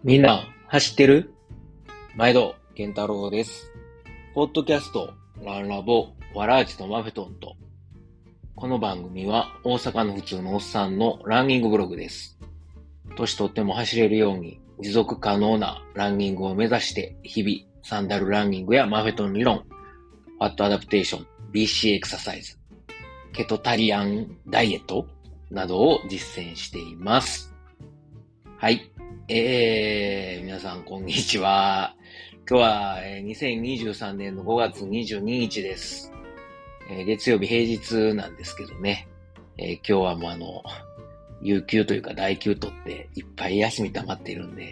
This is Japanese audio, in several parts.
みんな、走ってる？毎度、健太郎です。ポッドキャスト、ランラボ、ワラージとマフェトンと。この番組は大阪の普通のおっさんのランニングブログです。年取っても走れるように持続可能なランニングを目指して日々サンダルランニングやマフェトン理論、ファットアダプテーション、BC エクササイズ、ケトタリアンダイエットなどを実践しています。はい。皆さんこんにちは。今日は2023年の5月22日です。月曜日平日なんですけどね。今日はもう有給というか代休取っていっぱい休み溜まっているんで、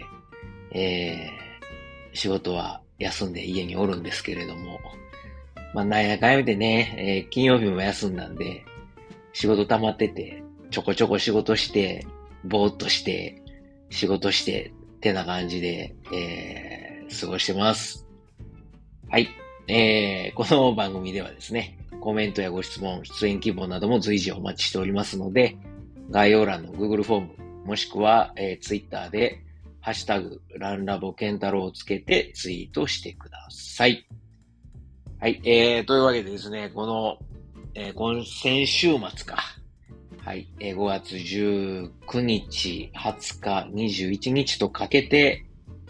仕事は休んで家におるんですけれども、なんやかんやでね、金曜日も休んだんで、仕事溜まってて、ちょこちょこ仕事して、ぼーっとして、仕事してってな感じで、過ごしてます。はい。この番組ではですね、コメントやご質問、出演希望なども随時お待ちしておりますので、概要欄の Google フォーム、もしくは、Twitter で、ハッシュタグ、ランラボケンタロウをつけてツイートしてください。はい。というわけでですね、先週末か。はい。5月19日、20日、21日とかけて、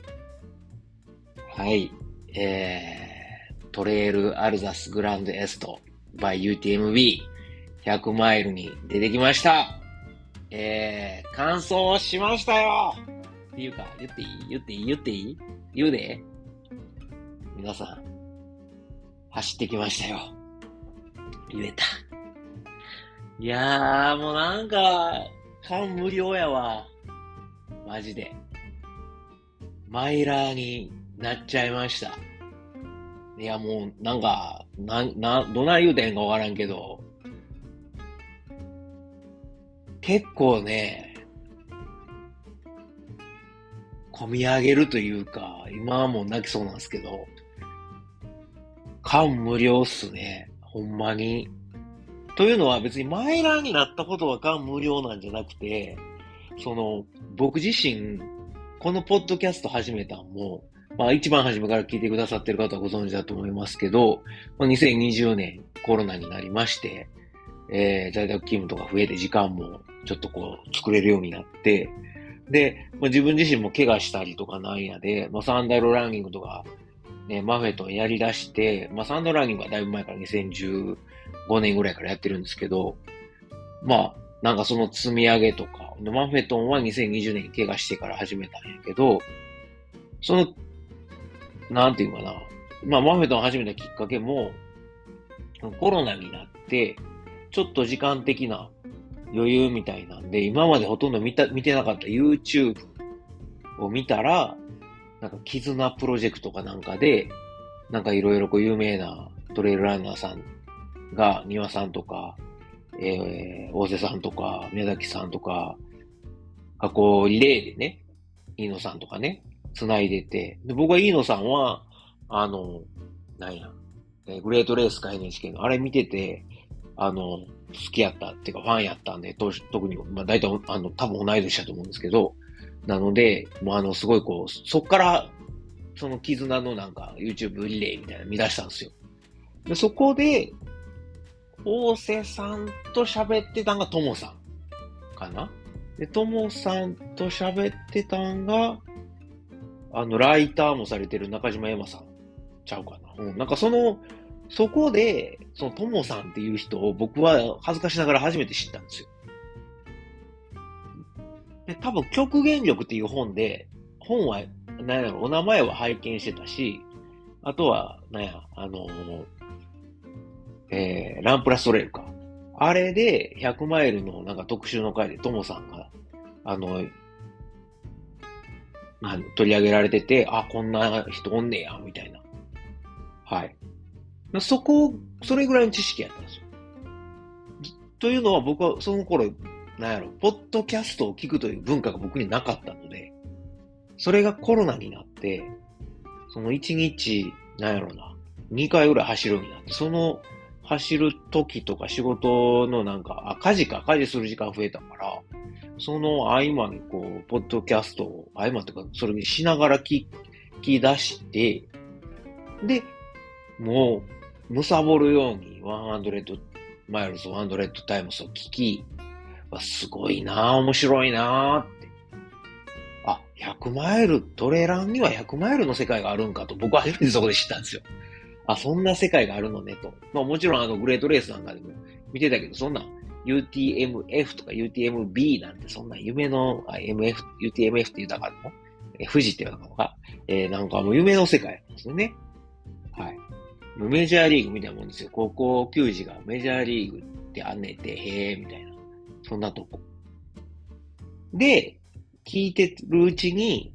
はい。トレイルアルザスグランドエスト by UTMB100 マイルに出てきました。完走しましたよっていうか、言っていい言うで。皆さん、走ってきましたよ。言えた。いやー、もうなんか、感無量やわ。マジで。マイラーになっちゃいました。いや、もう、なんか、どない言うてんかわからんけど、結構ね、込み上げるというか、今はもう泣きそうなんですけど、感無量っすね。ほんまに。というのは別にマイラーになったことは感無量なんじゃなくて、僕自身、このポッドキャスト始めたんも、一番初めから聞いてくださってる方はご存知だと思いますけど、2020年コロナになりまして、在宅勤務とか増えて時間もちょっと作れるようになって、で、自分自身も怪我したりとかなんやで、サンダルランニングとか、ね、マフェトンやり出して、サンダルランニングはだいぶ前から2015年ぐらいからやってるんですけど、なんかその積み上げとか、マフェトンは2020年に怪我してから始めたんやけど、なんていうかな。マフェトン始めたきっかけも、コロナになって、ちょっと時間的な余裕みたいなんで、今までほとんど見てなかった YouTube を見たら、なんか絆プロジェクトかなんかで、なんかいろいろ有名なトレイルランナーさんが、庭さんとか、大瀬さんとか、宮崎さんとか、リレーでね、飯野さんとかね、繋いでて、で、僕は飯野さんは、なんや、グレートレースか NHK の、あれ見てて、好きやったっていうかファンやったんで、特に、大体、多分同い年だと思うんですけど、なので、もうすごいそっから、その絆のなんか YouTube リレーみたいなの見出したんですよ。で、そこで、大瀬さんと喋ってたんがともさんかな。で、ともさんと喋ってたんが、ライターもされてる中島エマさんちゃうかな。なんかそこで、そのともさんっていう人を僕は恥ずかしながら初めて知ったんですよ。で、多分極限力っていう本は、なんやろ、お名前は拝見してたし、あとは、ランプラストレイルか。あれで100マイルのなんか特集の回でともさんが、あの、取り上げられてて、あ、こんな人おんねや、みたいな。はい。それぐらいの知識やったんですよ。というのは僕はその頃、ポッドキャストを聞くという文化が僕になかったので、それがコロナになって、その1日、2回ぐらい走るようになって、その走る時とか仕事のなんか、家事する時間増えたから、その合間にこう、ポッドキャストを、合間とか、それにしながら聞き出して、で、もう、貪るように100マイルズ、100タイムスを聞き、すごいなぁ、面白いなぁって。100マイル、トレランには100マイルの世界があるんかと、僕は初めてそこで知ったんですよ。そんな世界があるのねと。もちろんグレートレースなんかでも見てたけど、そんな UTMF とか UTMB なんてそんな夢の、UTMF って言ったかの富士って言うのかなんかもう夢の世界なんですよね。はい。メジャーリーグみたいなもんですよ。高校球児がメジャーリーグってあんねんて、へーみたいな。そんなとこ。で、聞いてるうちに、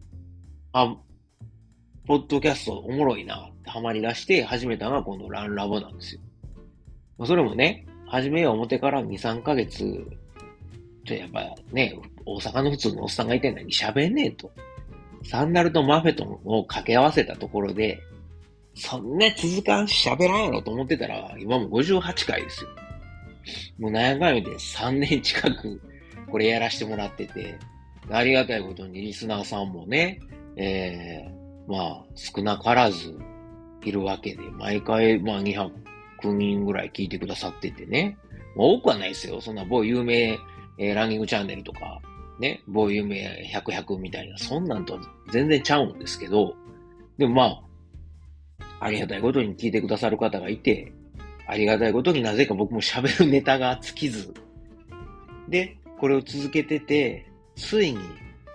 ポッドキャストおもろいなってハマり出して始めたのがこのランラボなんですよ。それもね、始めよう思ってから2、3ヶ月、やっぱね、大阪の普通のおっさんがいてんのに喋んねえと。サンダルとマフェトンを掛け合わせたところで、そんな続かんし喋らんやろと思ってたら、今も58回ですよ。もう悩んだで3年近くこれやらせてもらってて、ありがたいことにリスナーさんもね、少なからずいるわけで、毎回200人ぐらい聞いてくださっててね、多くはないですよ。そんな某有名、ランニングチャンネルとか、ね、某有名100みたいな、そんなんとは全然ちゃうんですけど、でもありがたいことに聞いてくださる方がいて、ありがたいことになぜか僕も喋るネタが尽きず、で、これを続けてて、ついに、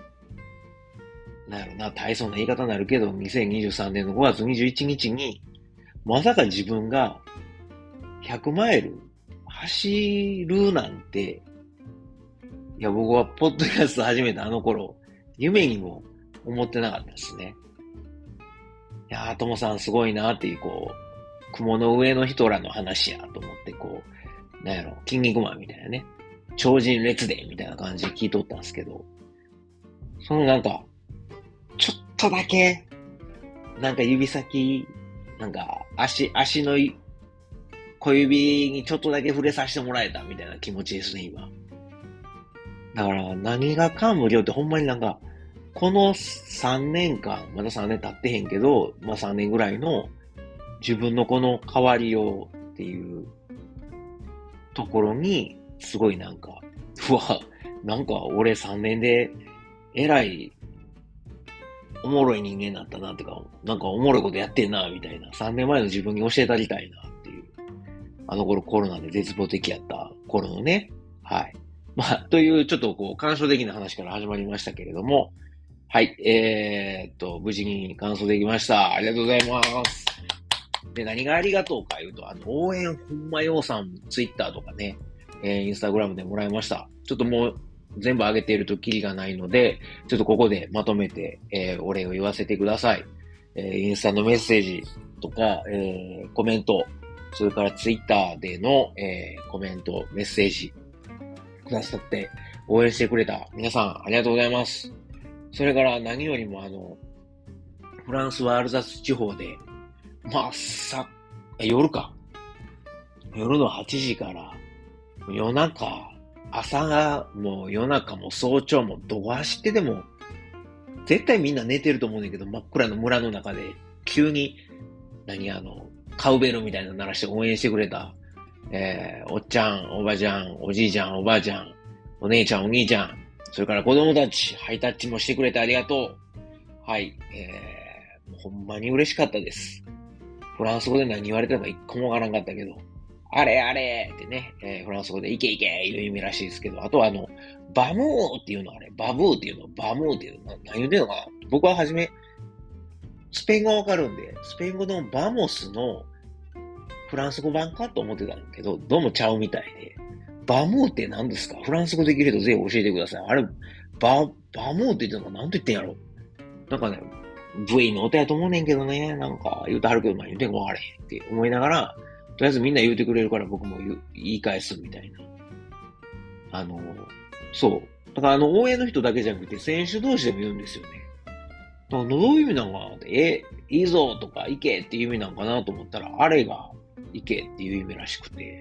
大層な言い方になるけど、2023年の5月21日に、まさか自分が100マイル走るなんて、僕はポッドキャスト始めたあの頃、夢にも思ってなかったですね。ともさんすごいなっていう、雲の上の人らの話やと思って、筋肉マンみたいなね、超人列伝みたいな感じで聞いとったんですけど、そのちょっとだけ、指先、足の小指にちょっとだけ触れさせてもらえたみたいな気持ちですね、今。だから何が感無量ってほんまにこの3年間、まだ3年経ってへんけど、3年ぐらいの自分のこの変わりようっていうところに、すごい俺3年でえらいおもろい人間になったなってか、おもろいことやってんな、みたいな。3年前の自分に教えたりたいなっていう。あの頃コロナで絶望的やった頃のね。はい。というちょっと感傷的な話から始まりましたけれども、はい。無事に完走できました。ありがとうございます。で、何がありがとうか言うと、応援ほんまようさん、ツイッターとかね、インスタグラムでもらいました。ちょっともう全部上げているとキリがないので、ちょっとここでまとめて、お礼を言わせてください。インスタのメッセージとか、コメント、それからツイッターでの、コメント、メッセージくださって応援してくれた皆さんありがとうございます。それから何よりもフランスはアルザス地方で、夜の8時から夜中、朝がもう夜中も早朝もどこ走ってでも絶対みんな寝てると思うんだけど、真っ暗な村の中で急にカウベルみたいなの鳴らして応援してくれた、おっちゃん、おばちゃん、おじいちゃん、おばあちゃん、お姉ちゃん、お兄ちゃん、それから子供たち、ハイタッチもしてくれてありがとう。はい、ほんまに嬉しかったです。フランス語で何言われてるか一個もわからんかったけど、あれあれってね、フランス語でイケイケいう意味らしいですけど、あとはバムーっていうのバブーっていうの、バムーっていうの、何言うてんのかな。僕は初め、スペイン語わかるんで、スペイン語のバモスのフランス語版かと思ってたんだけど、どうもちゃうみたいで、バムーって何ですか？フランス語できる人ぜひ教えてください。あれ、バムーって言ってんのか何て言ってんやろ？V の音やと思うねんけどね、言うてはるけど、言うてんかわかれへんって思いながら、とりあえずみんな言うてくれるから僕も言い返すみたいな。そう。だから応援の人だけじゃなくて、選手同士でも言うんですよね。だからどういう意味なのかなって、いいぞとか、行けっていう意味なのかなと思ったら、あれが行けっていう意味らしくて、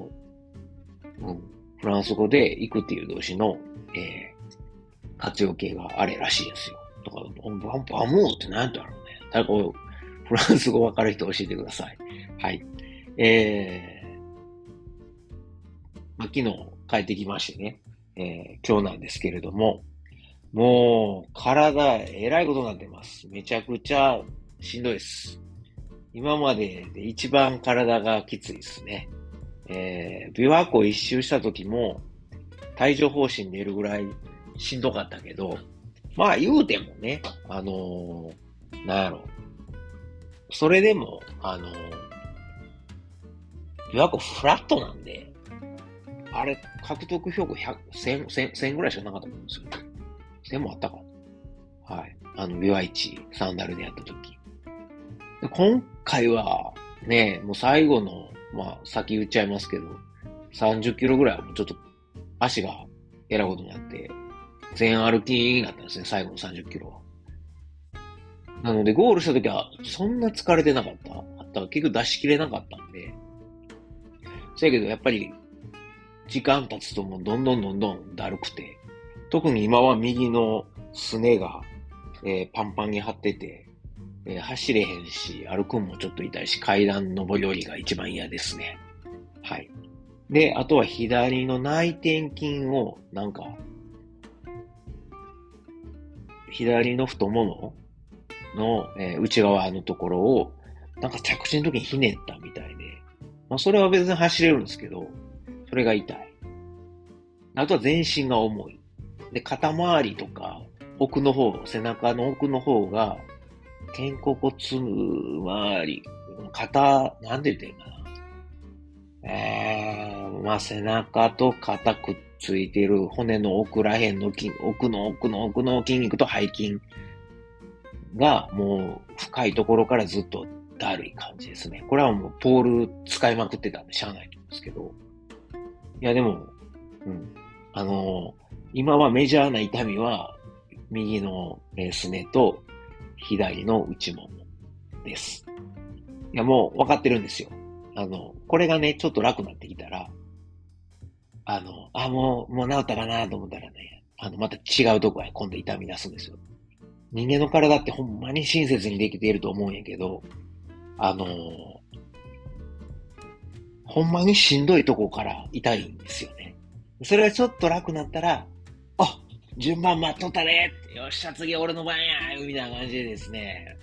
フランス語で行くっていう動詞の、活用形があれらしいですよ。だから、バムーって何やったんだろうね。誰かフランス語わかる人教えてください。はい。昨日帰ってきましてね、今日なんですけれども、もう、体、えらいことになってます。めちゃくちゃしんどいです。今までで一番体がきついですね。琵琶湖一周した時も、帯状疱疹出るぐらいしんどかったけど、まあ言うてもね、なんやろ。それでも、琵琶湖フラットなんで、あれ、獲得標高100、1000ぐらいしかなかったと思うんですよ。1000もあったかな。はい。琵琶市、サンダルでやった時。で今回は、ね、もう最後の、先言っちゃいますけど、30キロぐらいはもうちょっと足がえらいことになって、全歩きになったんですね、最後の30キロは。なので、ゴールした時は、そんな疲れてなかった。結局出し切れなかったんで。そやけど、やっぱり、時間経つともうどんどんだるくて。特に今は右のすねが、パンパンに張ってて、走れへんし、歩くんもちょっと痛いし、階段上り下りが一番嫌ですね。はい。で、あとは左の内転筋を、左の太ももの、内側のところを、着地の時にひねったみたいで、それは別に走れるんですけど、それが痛い。あとは全身が重い。で、肩周りとか、奥の方、背中の奥の方が、肩甲骨周り、肩、なんて言ってんかな。背中と肩くっついてる骨の奥らへんの奥の筋肉と背筋がもう深いところからずっとだるい感じですね。これはもうポール使いまくってたんでしゃあないと思うんですけど。いやでも、うん。今はメジャーな痛みは右のすねと左の内ももです。いやもう分かってるんですよ。これがね、ちょっと楽になってきたら、もう治ったかなと思ったらね、また違うとこへ今度痛み出すんですよ。人間の体ってほんまに親切にできていると思うんやけど、あのほんまにしんどいとこから痛いんですよね。それがちょっと楽になったら、あ、順番待っとったねって、よっしゃ、次俺の番やみたいな感じでですね、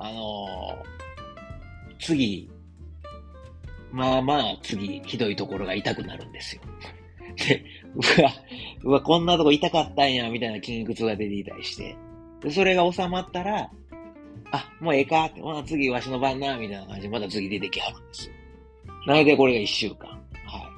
次、次、ひどいところが痛くなるんですよ。で、こんなとこ痛かったんや、みたいな筋肉痛が出ていたりして。で、それが収まったら、もうええかって、次わしの番な、みたいな感じで、また次出てきはるんですよ。なので、これが1週間。はい。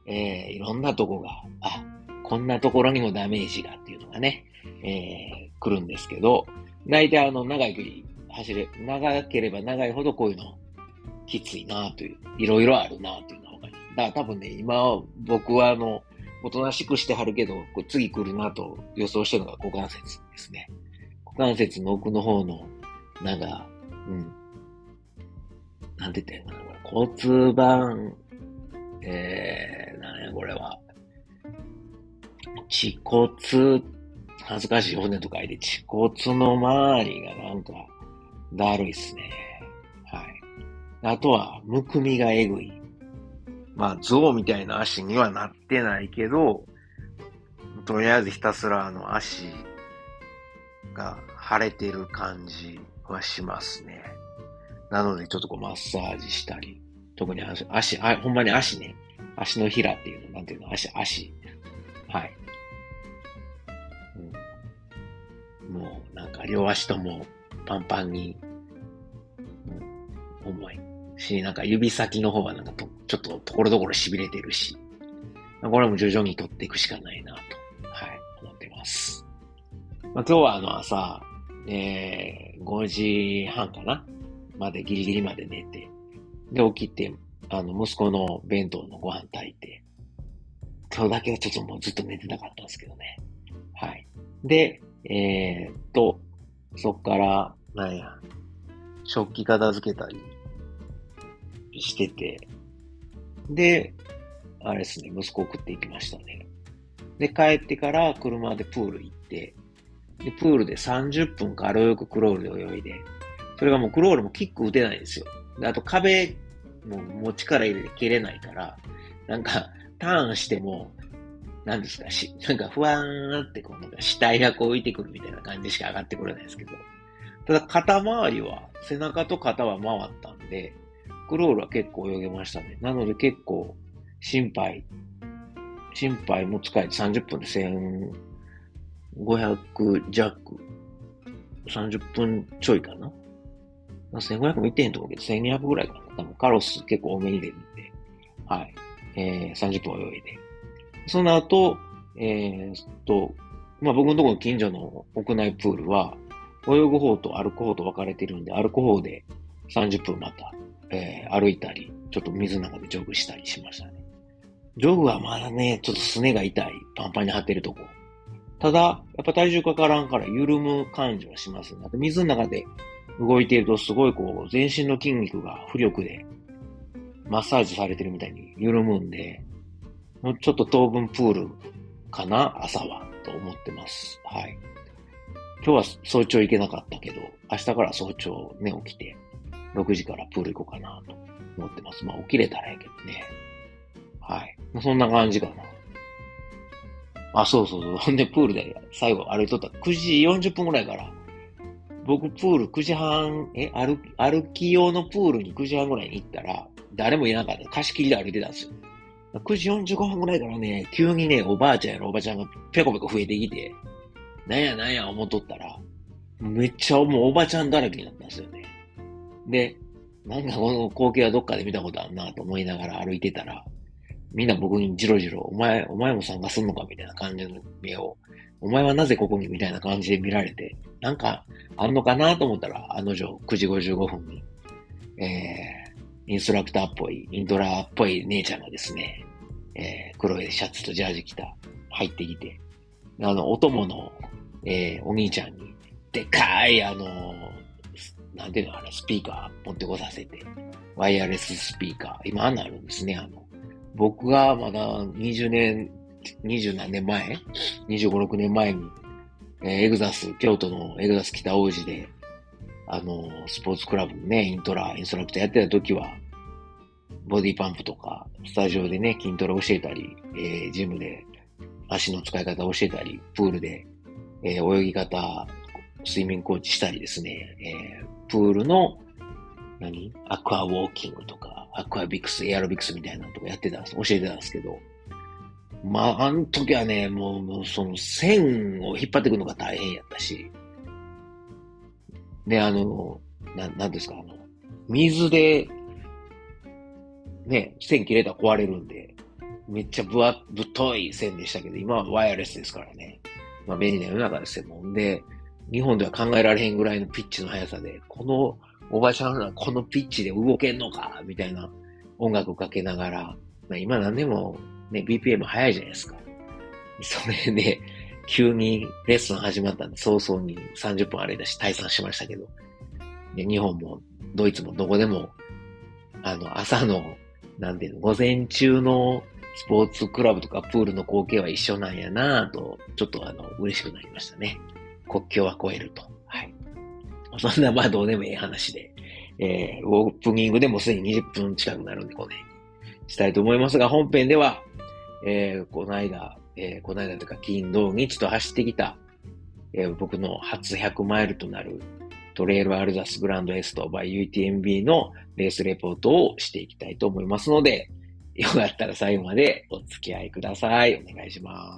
いろんなとこが、こんなところにもダメージがっていうのがね、来るんですけど、大体長い距離長ければ長いほどこういうのきついなという、いろいろあるなというのがわかります。だから多分ね、今、僕はおとなしくしてはるけど、これ次来るなと予想してるのが股関節ですね。股関節の奥の方の、なんか、うん、なんて言ったらいいのかな、骨盤、なんやこれは、恥骨、恥ずかしい骨と書いて、恥骨の周りがだるいっすね。はい。あとは、むくみがえぐい。象みたいな足にはなってないけど、とりあえずひたすら足が腫れてる感じはしますね。なのでちょっとマッサージしたり、特にほんまに足ね。足のひらっていうの、なんていうの、足。はい。もう両足ともパンパンに、重いし、指先の方はちょっとところどころ痺れてるし、これも徐々に取っていくしかないなと、はい、思ってます。今日は朝、5時半かなギリギリまで寝て、で、起きて、息子の弁当のご飯炊いて、今日だけはちょっともうずっと寝てなかったんですけどね。はい。で、そっから、食器片付けたり、 してて、で、あれですね、息子送って行きましたね。で、帰ってから車でプール行って、で、プールで30分軽くクロールで泳いで、それがもうクロールもキック打てないんですよ。で、あと壁もう力入れて蹴れないから、なんか、ターンしても、なんですか、なんかふわーんってこう、なんか死体がこう浮いてくるみたいな感じしか上がってこれないですけど、ただ肩周りは、背中と肩は回ったんで、クロールは結構泳げましたね。なので結構、心肺も使えて30分で1500弱、30分ちょいかな。1500もいってへんと思うけど、1200ぐらいかな。多分カロス結構多めに出るんで、はい。30分泳いで。その後、まあ、僕のところの近所の屋内プールは、泳ぐ方と歩く方と分かれてるんで、歩く方で30分また、歩いたり、ちょっと水の中でジョグしたりしましたね。ジョグはまだね、ちょっとすねが痛い。パンパンに張ってるとこ。ただ、やっぱ体重かからんから緩む感じはしますね。あと水の中で動いているとすごいこう、全身の筋肉が浮力でマッサージされてるみたいに緩むんで、もうちょっと当分プールかな、朝は、と思ってます。はい。今日は早朝行けなかったけど、明日から早朝ね、起きて、6時からプール行こうかな、と思ってます。まあ起きれたらやけどね。はい。そんな感じかな。あ、そうそうそう。ほんで、プールで最後歩いとった9時40分ぐらいから、僕プール9時半、歩き用のプールに9時半ぐらいに行ったら、誰もいなかった。貸し切りで歩いてたんですよ。9時45分ぐらいからね、急にね、おばあちゃんやらおばちゃんがペコペコ増えてきて、なんや思っとったら、めっちゃもうおばちゃんだらけになったんですよね。で、なんかこの光景はどっかで見たことあるなと思いながら歩いてたら、みんな僕にジロジロ、お前も参加すんのかみたいな感じの目を、お前はなぜここにみたいな感じで見られて、なんかあんのかなと思ったら、案の定9時55分に、インストラクターっぽい、イントラっぽい姉ちゃんがですね、黒いシャツとジャージ着た、入ってきて、お供の、お兄ちゃんに、でかい、なんていうのあれ、スピーカー持ってこさせて、ワイヤレススピーカー、今あんなあるんですね、僕がまだ20何年前 ?25、6年前に、京都のエグザス北大路で、スポーツクラブのね、インストラクターやってた時は、ボディパンプとか、スタジオでね、筋トレ教えたり、ジムで足の使い方を教えたり、プールで、泳ぎ方、スイミングコーチしたりですね、プールの、アクアウォーキングとか、アクアビクス、エアロビクスみたいなのとかやってたんです、教えてたんですけど、まあ、あの時はね、もうその線を引っ張っていくのが大変やったし、で、なんですか、水で、ね、線切れたら壊れるんで、めっちゃ太い線でしたけど、今はワイヤレスですからね。まあ便利な世の中ですよ。もんで、日本では考えられへんぐらいのピッチの速さで、このおばちゃんらこのピッチで動けんのかみたいな音楽をかけながら、まあ今何でもね、BPM 速いじゃないですか。それで、急にレッスン始まったんで、早々に30分歩いたし退散しましたけど、で日本もドイツもどこでも、朝のなんていうの、午前中のスポーツクラブとかプールの光景は一緒なんやなぁと、ちょっと嬉しくなりましたね。国境は越えると。はい。そんな、まあどうでもいい話で、オープニングでもすでに20分近くなるんで、この辺にしたいと思いますが、本編では、この間というか、金土日と走ってきた、僕の初100マイルとなるトレイルアルザスグランドエスト by UTMB のレースレポートをしていきたいと思いますので、よかったら最後までお付き合いください。お願いします。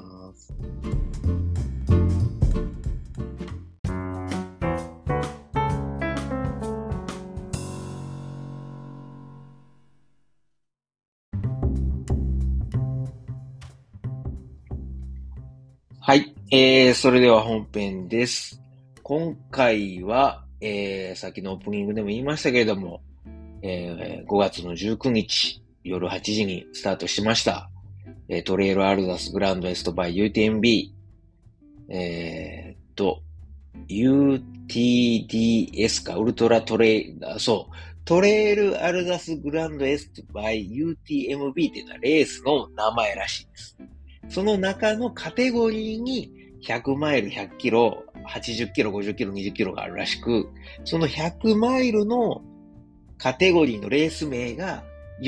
はい。それでは本編です。今回は、さっきのオープニングでも言いましたけれども、5月の19日夜8時にスタートしました。トレイルアルザスグランドエストバイ UTMB。UTDS か、ウルトラトレイ、そう、 トレイルアルザスグランドエストバイ UTMB っていうのはレースの名前らしいです。その中のカテゴリーに100マイル、100キロ、80キロ、50キロ、20キロがあるらしく、その100マイルのカテゴリーのレース名が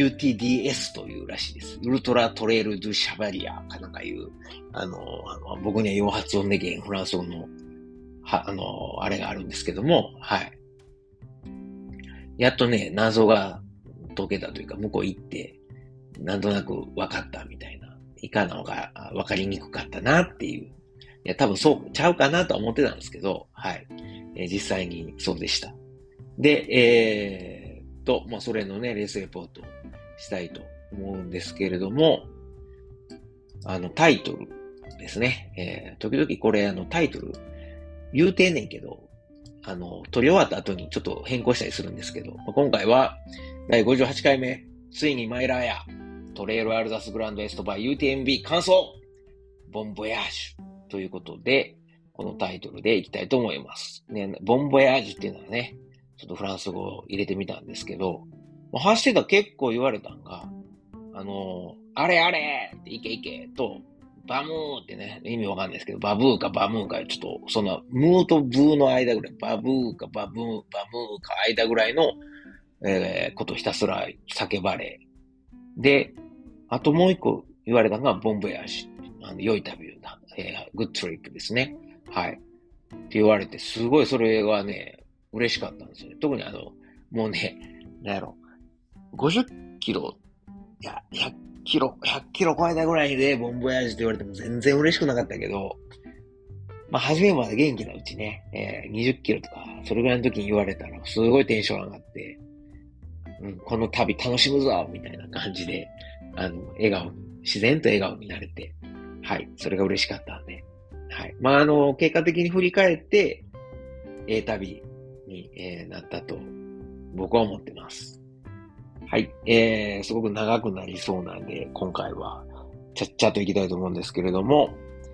UTDS というらしいです。ウルトラトレイル・ドゥ・シャバリアかなんかいう、僕には洋発音できんフランス語の、あれがあるんですけども、はい。やっとね、謎が解けたというか、向こう行って、なんとなく分かったみたいな。いかなのが分かりにくかったなっていう。いや、多分そうちゃうかなとは思ってたんですけど、はい。実際にそうでした。で、まあ、それのね、レースレポートをしたいと思うんですけれども、タイトルですね。時々これ、タイトル言うてんねんけど、撮り終わった後にちょっと変更したりするんですけど、今回は第58回目、ついにマイラーやトレイルアルザスグランドエストバイ UTMB 完走ボンボヤージュということで、このタイトルでいきたいと思います。ね、ボンボヤージュっていうのはね、ちょっとフランス語を入れてみたんですけど、走ってたら結構言われたんが、あれあれっていけいけと、バムーってね、意味わかんないですけど、バブーかバムーか、ちょっと、その、ムーとブーの間ぐらい、バブーかバブー、バムーか間ぐらいの、ことをひたすら叫ばれ。で、あともう一個言われたのが、ボンボヤージュ。良い旅だ。グッドトリップですね。はい。って言われて、すごいそれはね、嬉しかったんですよね。特にもうね、なんやろ、50キロ、いや、100キロ超えたぐらいでボンボヤージュって言われても全然嬉しくなかったけど、まあ、初めまで元気なうちね、20キロとか、それぐらいの時に言われたら、すごいテンション上がって、この旅楽しむぞみたいな感じで、自然と笑顔になれて、はい、それが嬉しかったんで、はい。まあ、結果的に振り返って、旅に、なったと、僕は思ってます。はい。すごく長くなりそうなんで、今回は、ちゃっちゃと行きたいと思うんですけれども、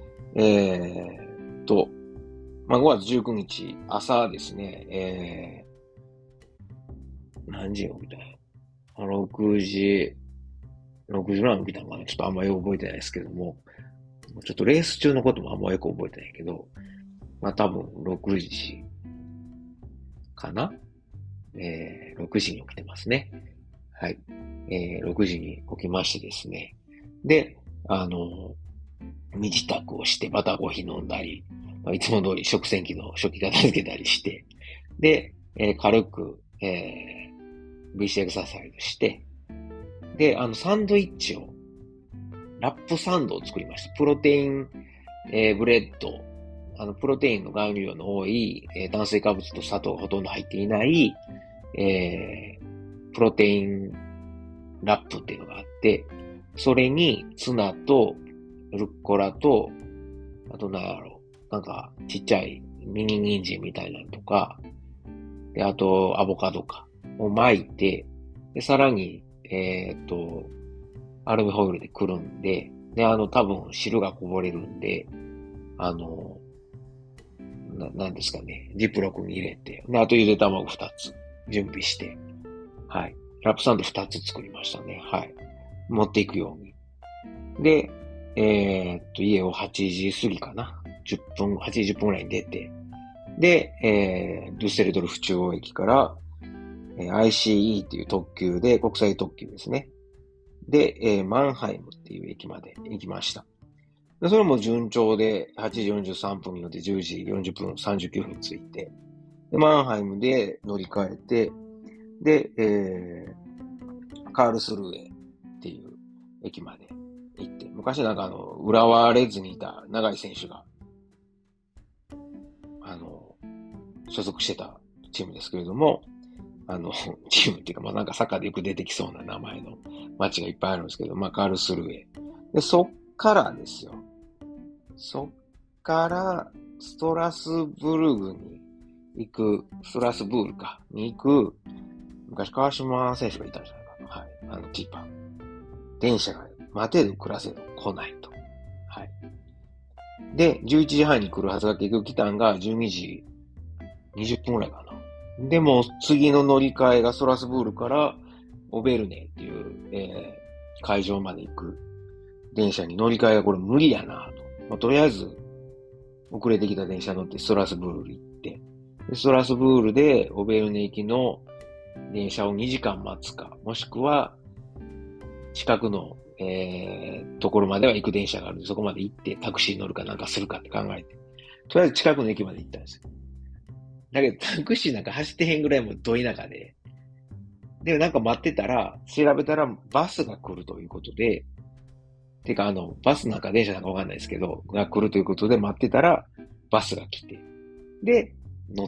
まあ、5月19日、朝ですね、何時に起きた6時ぐらいに起きたのかな、ちょっとあんまり覚えてないですけども、ちょっとレース中のこともあんまよく覚えてないけど、まあ多分6時かな、6時に起きてますね。はい。6時に起きましてですね。で、身支度をして、またコーヒー飲んだり、まあ、いつも通り食洗機の初期片付けたりして、で、軽く、VC エクササイズして、で、サンドイッチを、ラップサンドを作りました。プロテイン、ブレッド、プロテインの含有量の多い、炭水化物と砂糖がほとんど入っていない、プロテインラップっていうのがあって、それにツナとルッコラと、あとなんやろ、なんかちっちゃいミニ人参みたいなのとか、で、あとアボカドかを巻いて、で、さらに、アルミホイルでくるんで、で、多分汁がこぼれるんで、なんですかね、ジップロックに入れて、で、あとゆで卵2つ準備して、はい。ラップサンド2つ作りましたね。はい。持っていくように。で、家を8時過ぎかな。8時10分ぐらいに出て、で、デュッセルドルフ中央駅から、ICE っていう特急で、国際特急ですね。で、マンハイムっていう駅まで行きました。でそれも順調で、8時43分に乗って10時40分39分に着いて、でマンハイムで乗り換えて、で、カールスルーエっていう駅まで行って、昔なんか浦和レッズにいた長井選手が、所属してたチームですけれども、チームっていうか、まあなんかサッカーでよく出てきそうな名前の街がいっぱいあるんですけど、まあカールスルーエ。で、そっからですよ。そっから、ストラスブルグに行く、ストラスブールか、に行く、昔川島選手がいたんじゃないかな。はい。キーパー。電車が待てど暮らせど来ないと。はい。で、11時半に来るはずが結局来たんが12時20分ぐらいかな。 でも、次の乗り換えがストラスブールからオベルネっていう、会場まで行く電車に乗り換えがこれ無理やなと。まあ、とりあえず、遅れてきた電車乗ってストラスブール行って、でストラスブールでオベルネ行きの電車を2時間待つか、もしくは近くの、ところまでは行く電車があるんで、そこまで行ってタクシー乗るかなんかするかって考えて、とりあえず近くの駅まで行ったんですよ。だけどタクシーなんか走ってへんぐらいもど田舎で、で、なんか待ってたら、調べたらバスが来るということで、てかバスなんか電車なんかわかんないですけど、が来るということで待ってたら、バスが来て、で、乗って、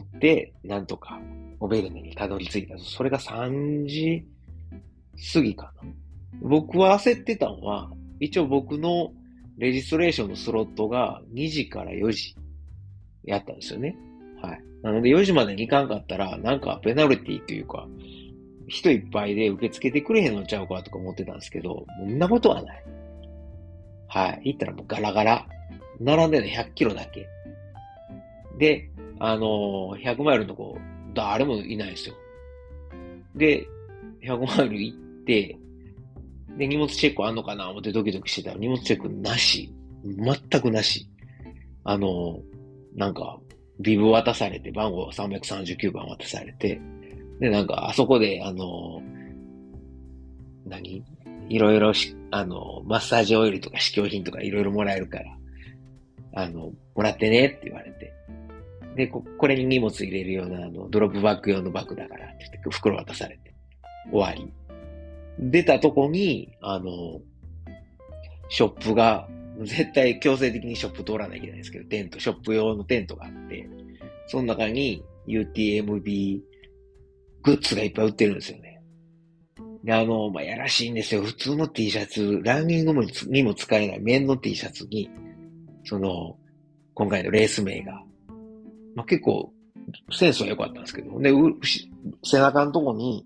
なんとか、オベルネにたどり着いた。それが3時過ぎかな。僕は焦ってたのは、一応僕のレジストレーションのスロットが2時から4時やったんですよね。はい。なので4時までに行かんかったら、なんかペナルティというか、人いっぱいで受け付けてくれへんのちゃうかとか思ってたんですけど、そんなことはない。はい。行ったらもうガラガラ。並んでるの100キロだけ。で、100マイルのとこ、誰もいないんですよ。で、100マイル行って、で、荷物チェックあんのかな思ってドキドキしてたら荷物チェックなし。全くなし。あのなんか、ビブ渡されて、番号339番渡されて、で、なんか、あそこで、何いろいろマッサージオイルとか試供品とかいろいろもらえるから、もらってねって言われて。で、これに荷物入れるような、ドロップバッグ用のバッグだからって言って、袋渡されて、終わり。出たとこに、ショップが、絶対強制的にショップ通らなきゃいけないんですけど、ショップ用のテントがあって、その中に UTMB グッズがいっぱい売ってるんですよね。で、まあ、やらしいんですよ。普通の T シャツ、ランニングにも使えない綿の T シャツに、その、今回のレース名が、まあ、結構、センスは良かったんですけど、で、背中のとこに、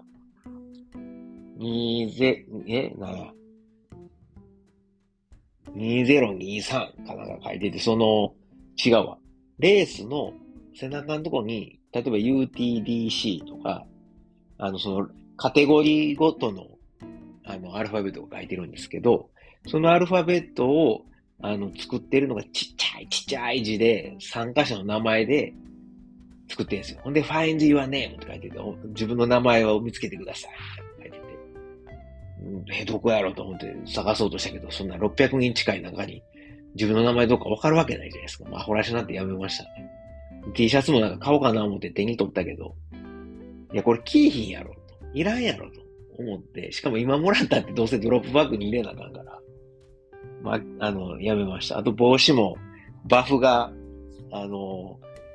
なんや、2023かなんか書いてて、違うわ。レースの背中のとこに、例えば UTDC とか、カテゴリーごとの、アルファベットが書いてるんですけど、そのアルファベットを、作ってるのがちっちゃい字で、参加者の名前で作ってるんですよ。ほんで、find your name って書いてて、自分の名前を見つけてください。って書いてて。どこやろうと思って探そうとしたけど、そんな600人近い中に自分の名前どうかわかるわけないじゃないですか。まあ、ほらしなってやめましたね。T シャツもなんか買おうかな思って手に取ったけど、いや、これキーヒンやろと。いらんやろと思って、しかも今もらったってどうせドロップバッグに入れなあかんから、まあ、やめました。あと帽子も、バフが、あの、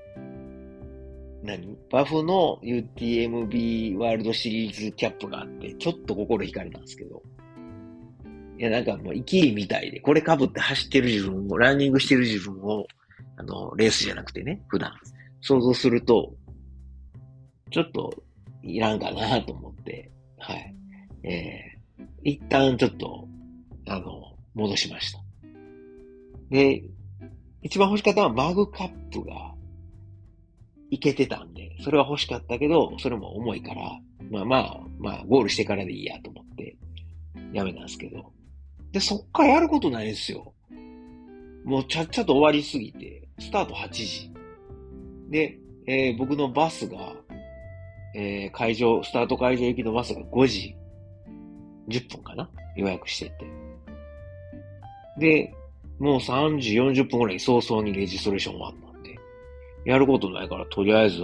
バフの UTMB ワールドシリーズキャップがあって、ちょっと心惹かれたんですけど、いや、なんかもう、生きりみたいで、これ被って走ってる自分を、ランニングしてる自分を、レースじゃなくてね、普段、想像すると、ちょっと、いらんかなと思って、はい。一旦ちょっと、戻しました。で、一番欲しかったのはマグカップがいけてたんで、それは欲しかったけど、それも重いから、まあ、ゴールしてからでいいやと思って、やめたんですけど。で、そっからやることないんですよ。もうちゃっちゃと終わりすぎて、スタート8時。で、僕のバスが、スタート会場行きのバスが5時10分かな予約してて。で、もう3時40分ぐらいに早々にレジストレーション終わったんで、やることないから、とりあえず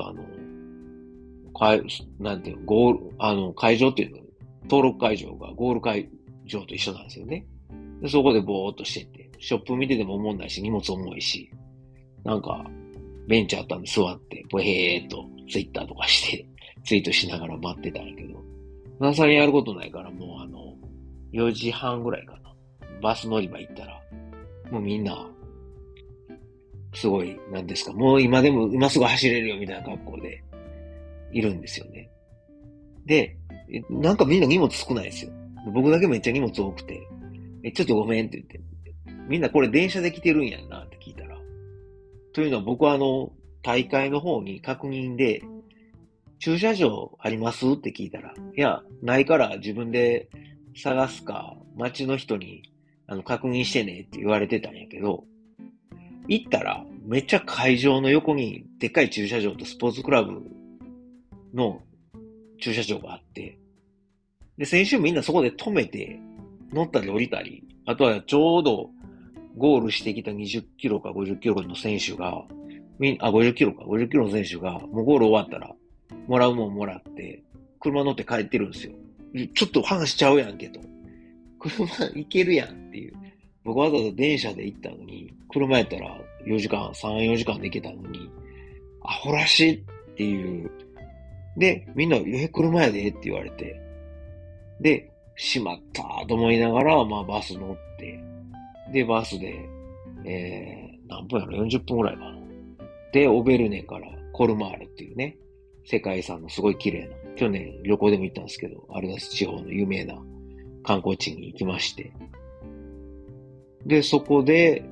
なんていうの、ゴール、会場っていうの、登録会場がゴール会場と一緒なんですよね。で、そこでぼーっとしてて、ショップ見てても思んないし、荷物重いし、なんか、ベンチあったんで座って、ぼへーっとツイッターとかして、ツイートしながら待ってたんやけど、なさにやることないから、もう4時半ぐらいかな。バス乗り場行ったら、もうみんな、すごい、なんですか、もう今でも、今すぐ走れるよみたいな格好で、いるんですよね。で、なんかみんな荷物少ないですよ。僕だけめっちゃ荷物多くて、ちょっとごめんって言って、みんなこれ電車で来てるんやなって聞いたら、というのは僕は大会の方に確認で、 駐車場ありますって聞いたら、いや、ないから自分で探すか、街の人に確認してねって言われてたんやけど、行ったら、めっちゃ会場の横にでっかい駐車場とスポーツクラブの駐車場があって、で、先週みんなそこで止めて、乗ったり降りたり、あとはちょうどゴールしてきた20キロか50キロの選手が、50キロか、50キロの選手が、もうゴール終わったら、もらうもんもらって、車乗って帰ってるんですよ。ちょっと話しちゃうやんけと。車行けるやんっていう。僕わざわざ電車で行ったのに、車やったら4時間、3、4時間で行けたのに、アホらしいっていう。で、みんな、車やでって言われて。で、しまったと思いながら、まあバス乗って、で、バスで、何分やろ ?40 分ぐらいかな。で、オベルネからコルマールっていうね、世界遺産のすごい綺麗な、去年旅行でも行ったんですけど、アルザス地方の有名な観光地に行きまして、で、そこで、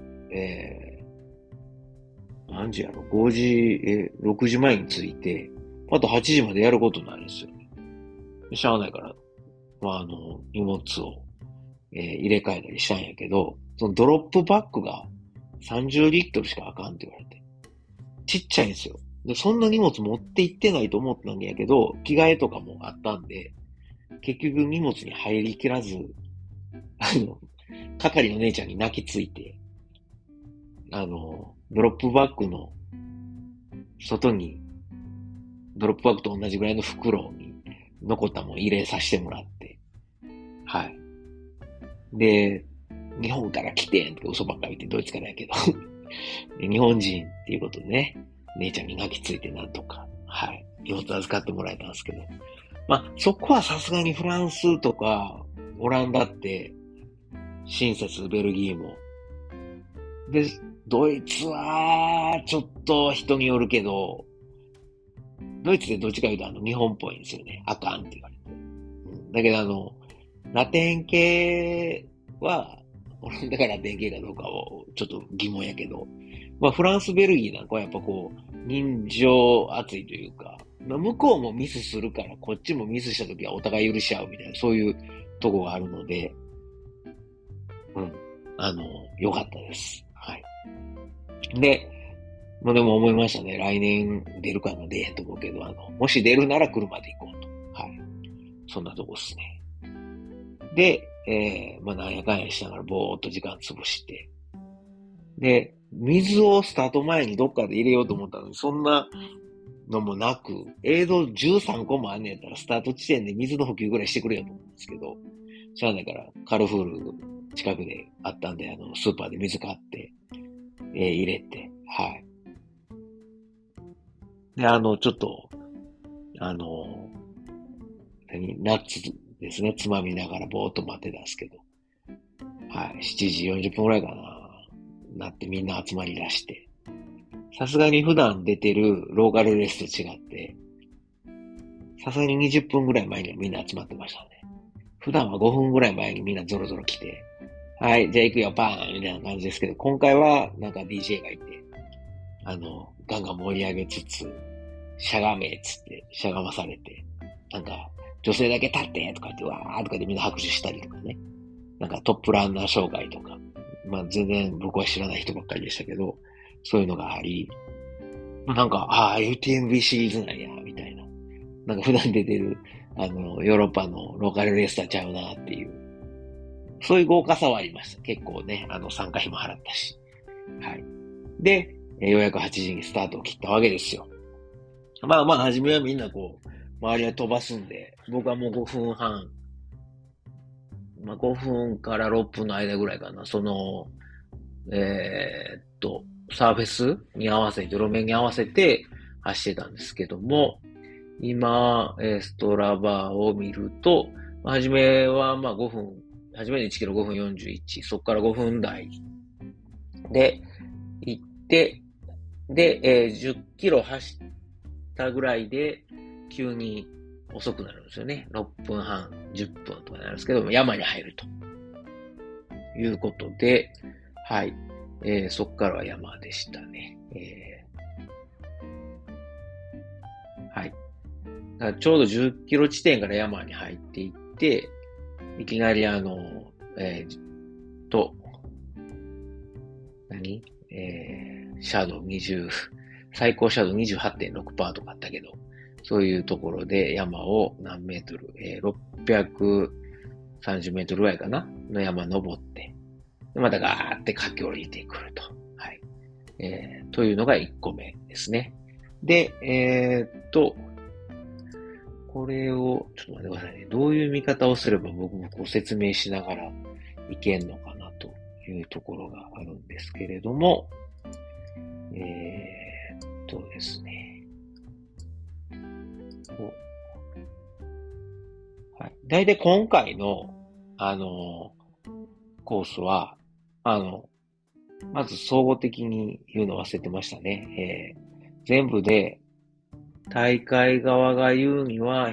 何時やろ ?5 時、6時前に着いて、あと8時までやることになるんですよね。しゃあないから、まあ、荷物を、入れ替えたりしたんやけど、そのドロップバッグが30リットルしかあかんって言われて。ちっちゃいんですよ。で、そんな荷物持って行ってないと思ったんやけど、着替えとかもあったんで、結局荷物に入りきらず、あの、係の姉ちゃんに泣きついて、ドロップバッグの外に、ドロップバッグと同じぐらいの袋に残ったもん入れさせてもらって、はい。で、日本から来てんって嘘ばっかり言ってドイツからやけど日本人っていうことでね、姉ちゃんに泣きついてなんとか、はい、荷物預かってもらえたんですけど、まあ、そこはさすがにフランスとか、オランダって、親切、ベルギーも。で、ドイツは、ちょっと人によるけど、ドイツでどっちか言うと日本っぽいんですよね。あかんって言われて。だけどラテン系は、オランダがラテン系かどうかをちょっと疑問やけど、まあフランス、ベルギーなんかはやっぱこう、人情熱いというか、まあ向こうもミスするから、こっちもミスした時はお互い許し合うみたいな、そういうとこがあるので、うん。良かったです。はい。で、まあでも思いましたね。来年出るかな、出へんと思うけど、もし出るなら車で行こうと。はい。そんなとこっすね。で、まあなんやかんやしながらぼーっと時間潰して、で、水をスタート前にどっかで入れようと思ったのに、そんなのもなく、映像13個もあんねやったら、スタート地点で水の補給ぐらいしてくれよと思うんですけど、しゃあないから、カルフール近くであったんで、スーパーで水買って、入れて、はい。で、ちょっと、あの、ナッツですね、つまみながらぼーっと待ってたんですけど、はい、7時40分くらいかな、なってみんな集まり出して、さすがに普段出てるローカルレスと違って、さすがに20分くらい前にはみんな集まってましたね。普段は5分くらい前にみんなゾロゾロ来て、はい、じゃあ行くよ、パーンみたいな感じですけど、今回はなんか DJ がいて、ガンガン盛り上げつつ、しゃがめっつって、しゃがまされて、なんか、女性だけ立ってとか言って、わーとかでみんな拍手したりとかね。なんかトップランナー紹介とか。まあ全然僕は知らない人ばっかりでしたけど、そういうのがあり、なんか、ああ、UTMB シリーズなんや、みたいな。なんか普段出てる、ヨーロッパのローカルレースターちゃうなっていう。そういう豪華さはありました。結構ね、参加費も払ったし。はい。で、ようやく8時にスタートを切ったわけですよ。まあまあ、初めはみんなこう、周りは飛ばすんで、僕はもう5分半、まあ5分から6分の間ぐらいかな、サーフェスに合わせて、路面に合わせて走ってたんですけども、今、ストラバーを見ると、初めはまあ5分、初めて1キロ5分41、そこから5分台で行って、で、10キロ走ったぐらいで、急に遅くなるんですよね。6分半、10分とかになるんですけども、山に入るということで、はい。そこからは山でしたね。はい。 だからちょうど10キロ地点から山に入っていって、いきなりえーと、何シャドウ20、最高シャドウ 28.6% とかあったけど、そういうところで山を何メートル、630メートルぐらいかなの山登って、でまたガーって駆け下りてくると。はい。というのが1個目ですね。で、これを、ちょっと待ってくださいね。どういう見方をすれば僕もご説明しながらいけんのかなというところがあるんですけれども、ですね。はい。大体今回の、コースは、まず総合的に言うの忘れてましたね。全部で、大会側が言うには、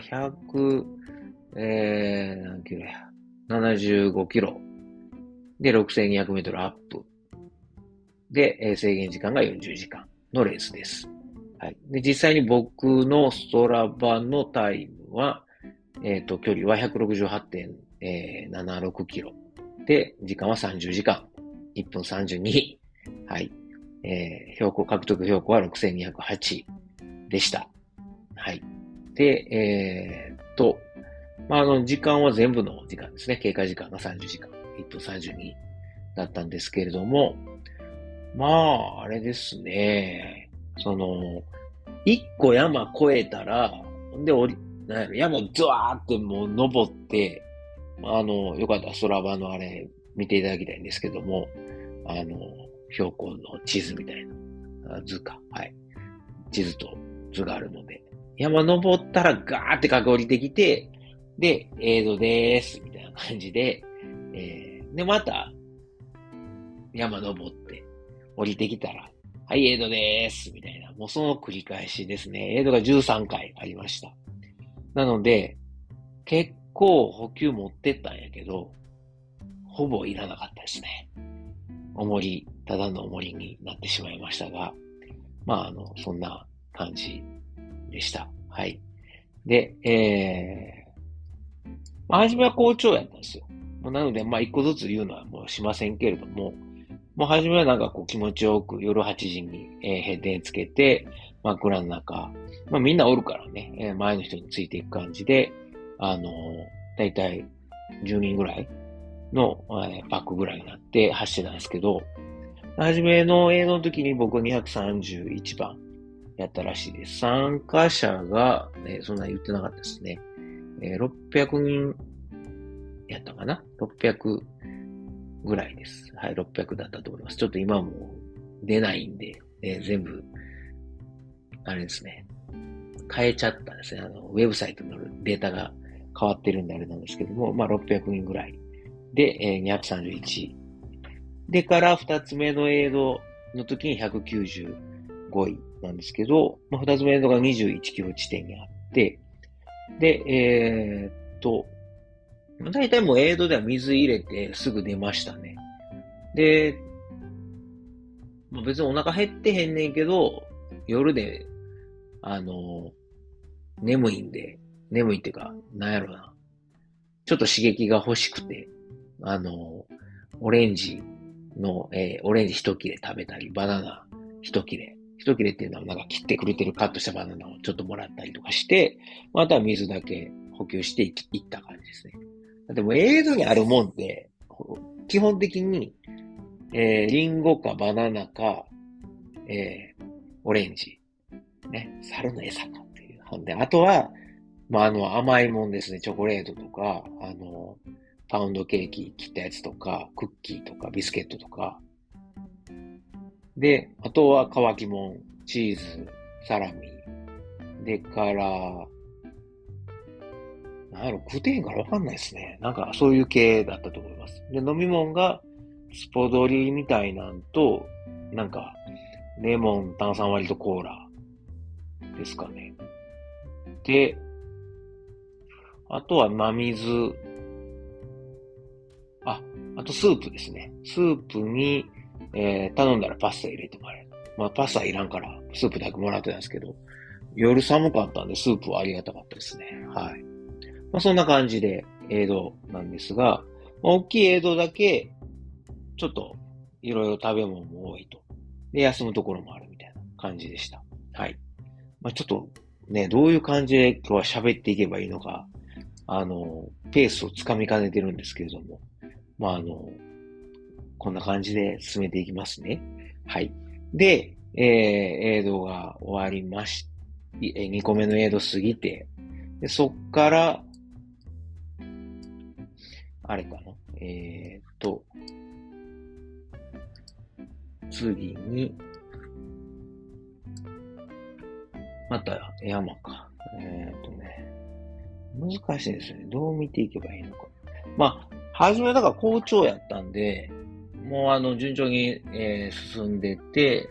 何キロや。75キロ。で、6200メートルアップ。で、制限時間が40時間のレースです。はい。で、実際に僕のストラバのタイムは、距離は168.76キロ。で、時間は30時間。1分32。はい。獲得標高は6208でした。はい。で、時間は全部の時間ですね。経過時間が30時間。1分32だったんですけれども、あれですね。一個山越えたら、で、山をズワーってもう登って、よかったらストラバのあれ見ていただきたいんですけども、標高の地図みたいな、図か。はい。地図と図があるので、山登ったらガーって駆け下りてきて、で、エイドでーす、みたいな感じで、で、また、山登って、降りてきたら、はい、エイドでーす、みたいな。もうその繰り返しですね。エイドが13回ありました。なので、結構補給持ってったんやけど、ほぼいらなかったですね。ただの重りになってしまいましたが、そんな感じでした。はい。で、初めは好調やったんですよ。なので、一個ずつ言うのはもうしませんけれども、もう初めはなんかこう気持ちよく夜8時に、ヘッデンつけて、真っ暗の中、みんなおるからね、前の人についていく感じで、だいたい10人ぐらいの、パックぐらいになって走ってたんですけど、初めの映像の時に僕231番やったらしいです。参加者が、そんな言ってなかったですね。600人やったかな ?600 ぐらいです。はい、600だったと思います。ちょっと今も出ないんで、全部、あれですね。変えちゃったんですね。ウェブサイトのデータが変わってるんであれなんですけども、600人ぐらいで、231。でから2つ目のエイドの時に195位なんですけど、2つ目のエイドが21キロ地点にあって、で、大体もうエイドでは水入れてすぐ出ましたね。で、別にお腹減ってへんねんけど、夜で、眠いっていうか、なんやろな。ちょっと刺激が欲しくて、オレンジオレンジ一切れ食べたり、バナナ一切れ。一切れっていうのはなんか切ってくれてるカットしたバナナをちょっともらったりとかして、あとは水だけ補給していった感じですね。でも映像にあるもんって、基本的に、リンゴかバナナか、オレンジ。ね、猿の餌かっていう。で、あとは、甘いもんですね。チョコレートとか、パウンドケーキ切ったやつとか、クッキーとか、ビスケットとか。で、あとは乾きもん、チーズ、サラミ。でから、食うてへんからわかんないですね。なんかそういう系だったと思います。で、飲み物が、スポドリみたいなんと、なんか、レモン、炭酸割りとコーラですかね。で、あとは真水、あとスープですね。スープに、頼んだらパスタ入れてもらえる。パスタいらんから、スープだけもらってたんですけど、 夜寒かったんで、スープはありがたかったですね。はい。そんな感じで、江戸なんですが、大きい江戸だけ、ちょっと、いろいろ食べ物も多いと。で、休むところもあるみたいな感じでした。はい。ちょっと、ね、どういう感じで今日は喋っていけばいいのか、ペースをつかみかねてるんですけれども、こんな感じで進めていきますね。はい。で、映像が終わりまし、2個目の映像過ぎて、で、そっから、あれかな。次に、また山か。難しいですよね。どう見ていけばいいのか。初めだから好調やったんで、もう順調に、進んでて、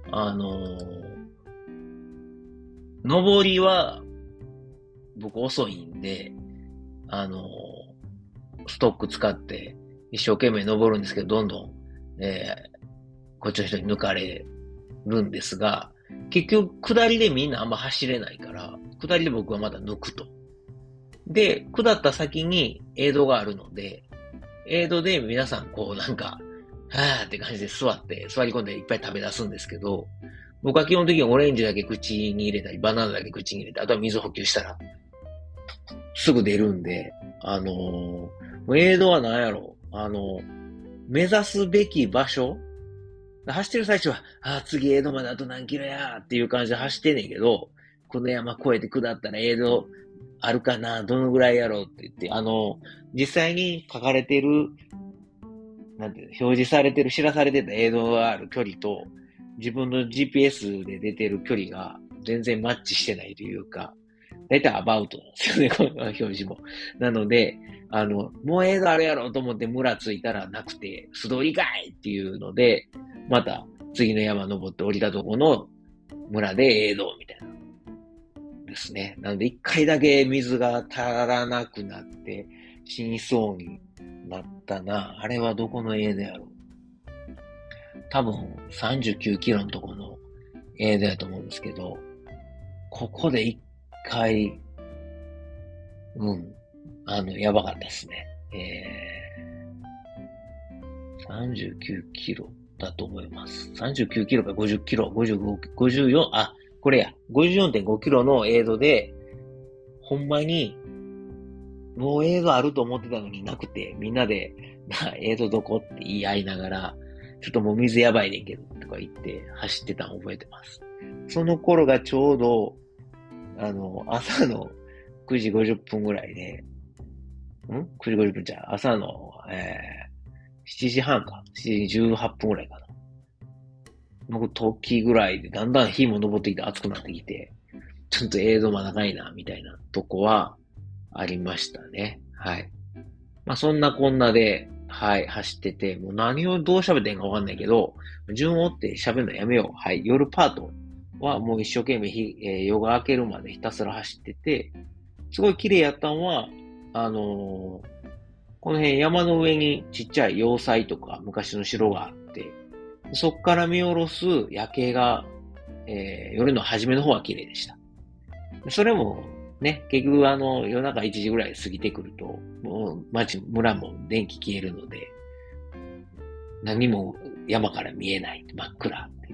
上りは、僕遅いんで、ストック使って一生懸命登るんですけど、どんどん、こっちの人に抜かれるんですが、結局、下りでみんなあんま走れないから、下りで僕はまだ抜くと。で、下った先にエイドがあるので、エイドで皆さんこうなんか、はーって感じで座り込んでいっぱい食べ出すんですけど、僕は基本的にオレンジだけ口に入れたり、バナナだけ口に入れて、あとは水補給したら、すぐ出るんで、エイドは何やろ目指すべき場所走ってる最中は、次エイドまであと何キロやーっていう感じで走ってんねんけど、この山越えて下ったらエイドあるかなどのぐらいやろうって言って、実際に書かれてる、なんていうの、表示されてる、知らされてたエイドがある距離と、自分の GPS で出てる距離が全然マッチしてないというか、だいたいアバウトなんですよね、この表示も。なので、もうエイドあるやろと思って村着いたらなくて、素通りかいっていうので、また次の山登って降りたとこの村でエイドみたいな。ですね。なので一回だけ水が足らなくなって死にそうになったな。あれはどこのエイドやろう。多分39キロのとこのエイドやと思うんですけど、ここで一回、やばかったですね。39キロだと思います。39キロか50キロ、55、54、これや、54.5 キロのエイドで、ほんまに、もうエイドあると思ってたのになくて、みんなで、エイドどこって言い合いながら、ちょっともう水やばいねんけど、とか言って走ってたの覚えてます。その頃がちょうど、朝の9時50分ぐらいで、9時50分じゃ、朝の、7時半か。7時18分ぐらいかな。の時ぐらいで、だんだん日も昇ってきて暑くなってきて、ちょっと映像も長いな、みたいなとこはありましたね。はい。そんなこんなで、はい、走ってて、もう何をどう喋ってんかわかんないけど、順を追って喋るのやめよう。はい、夜パートはもう一生懸命夜が明けるまでひたすら走ってて、すごい綺麗やったんは、この辺山の上にちっちゃい要塞とか昔の城があって、そっから見下ろす夜景が、夜の初めの方は綺麗でした。それもね、結局夜中1時ぐらい過ぎてくると、もう村も電気消えるので、何も山から見えない、真っ暗っていう。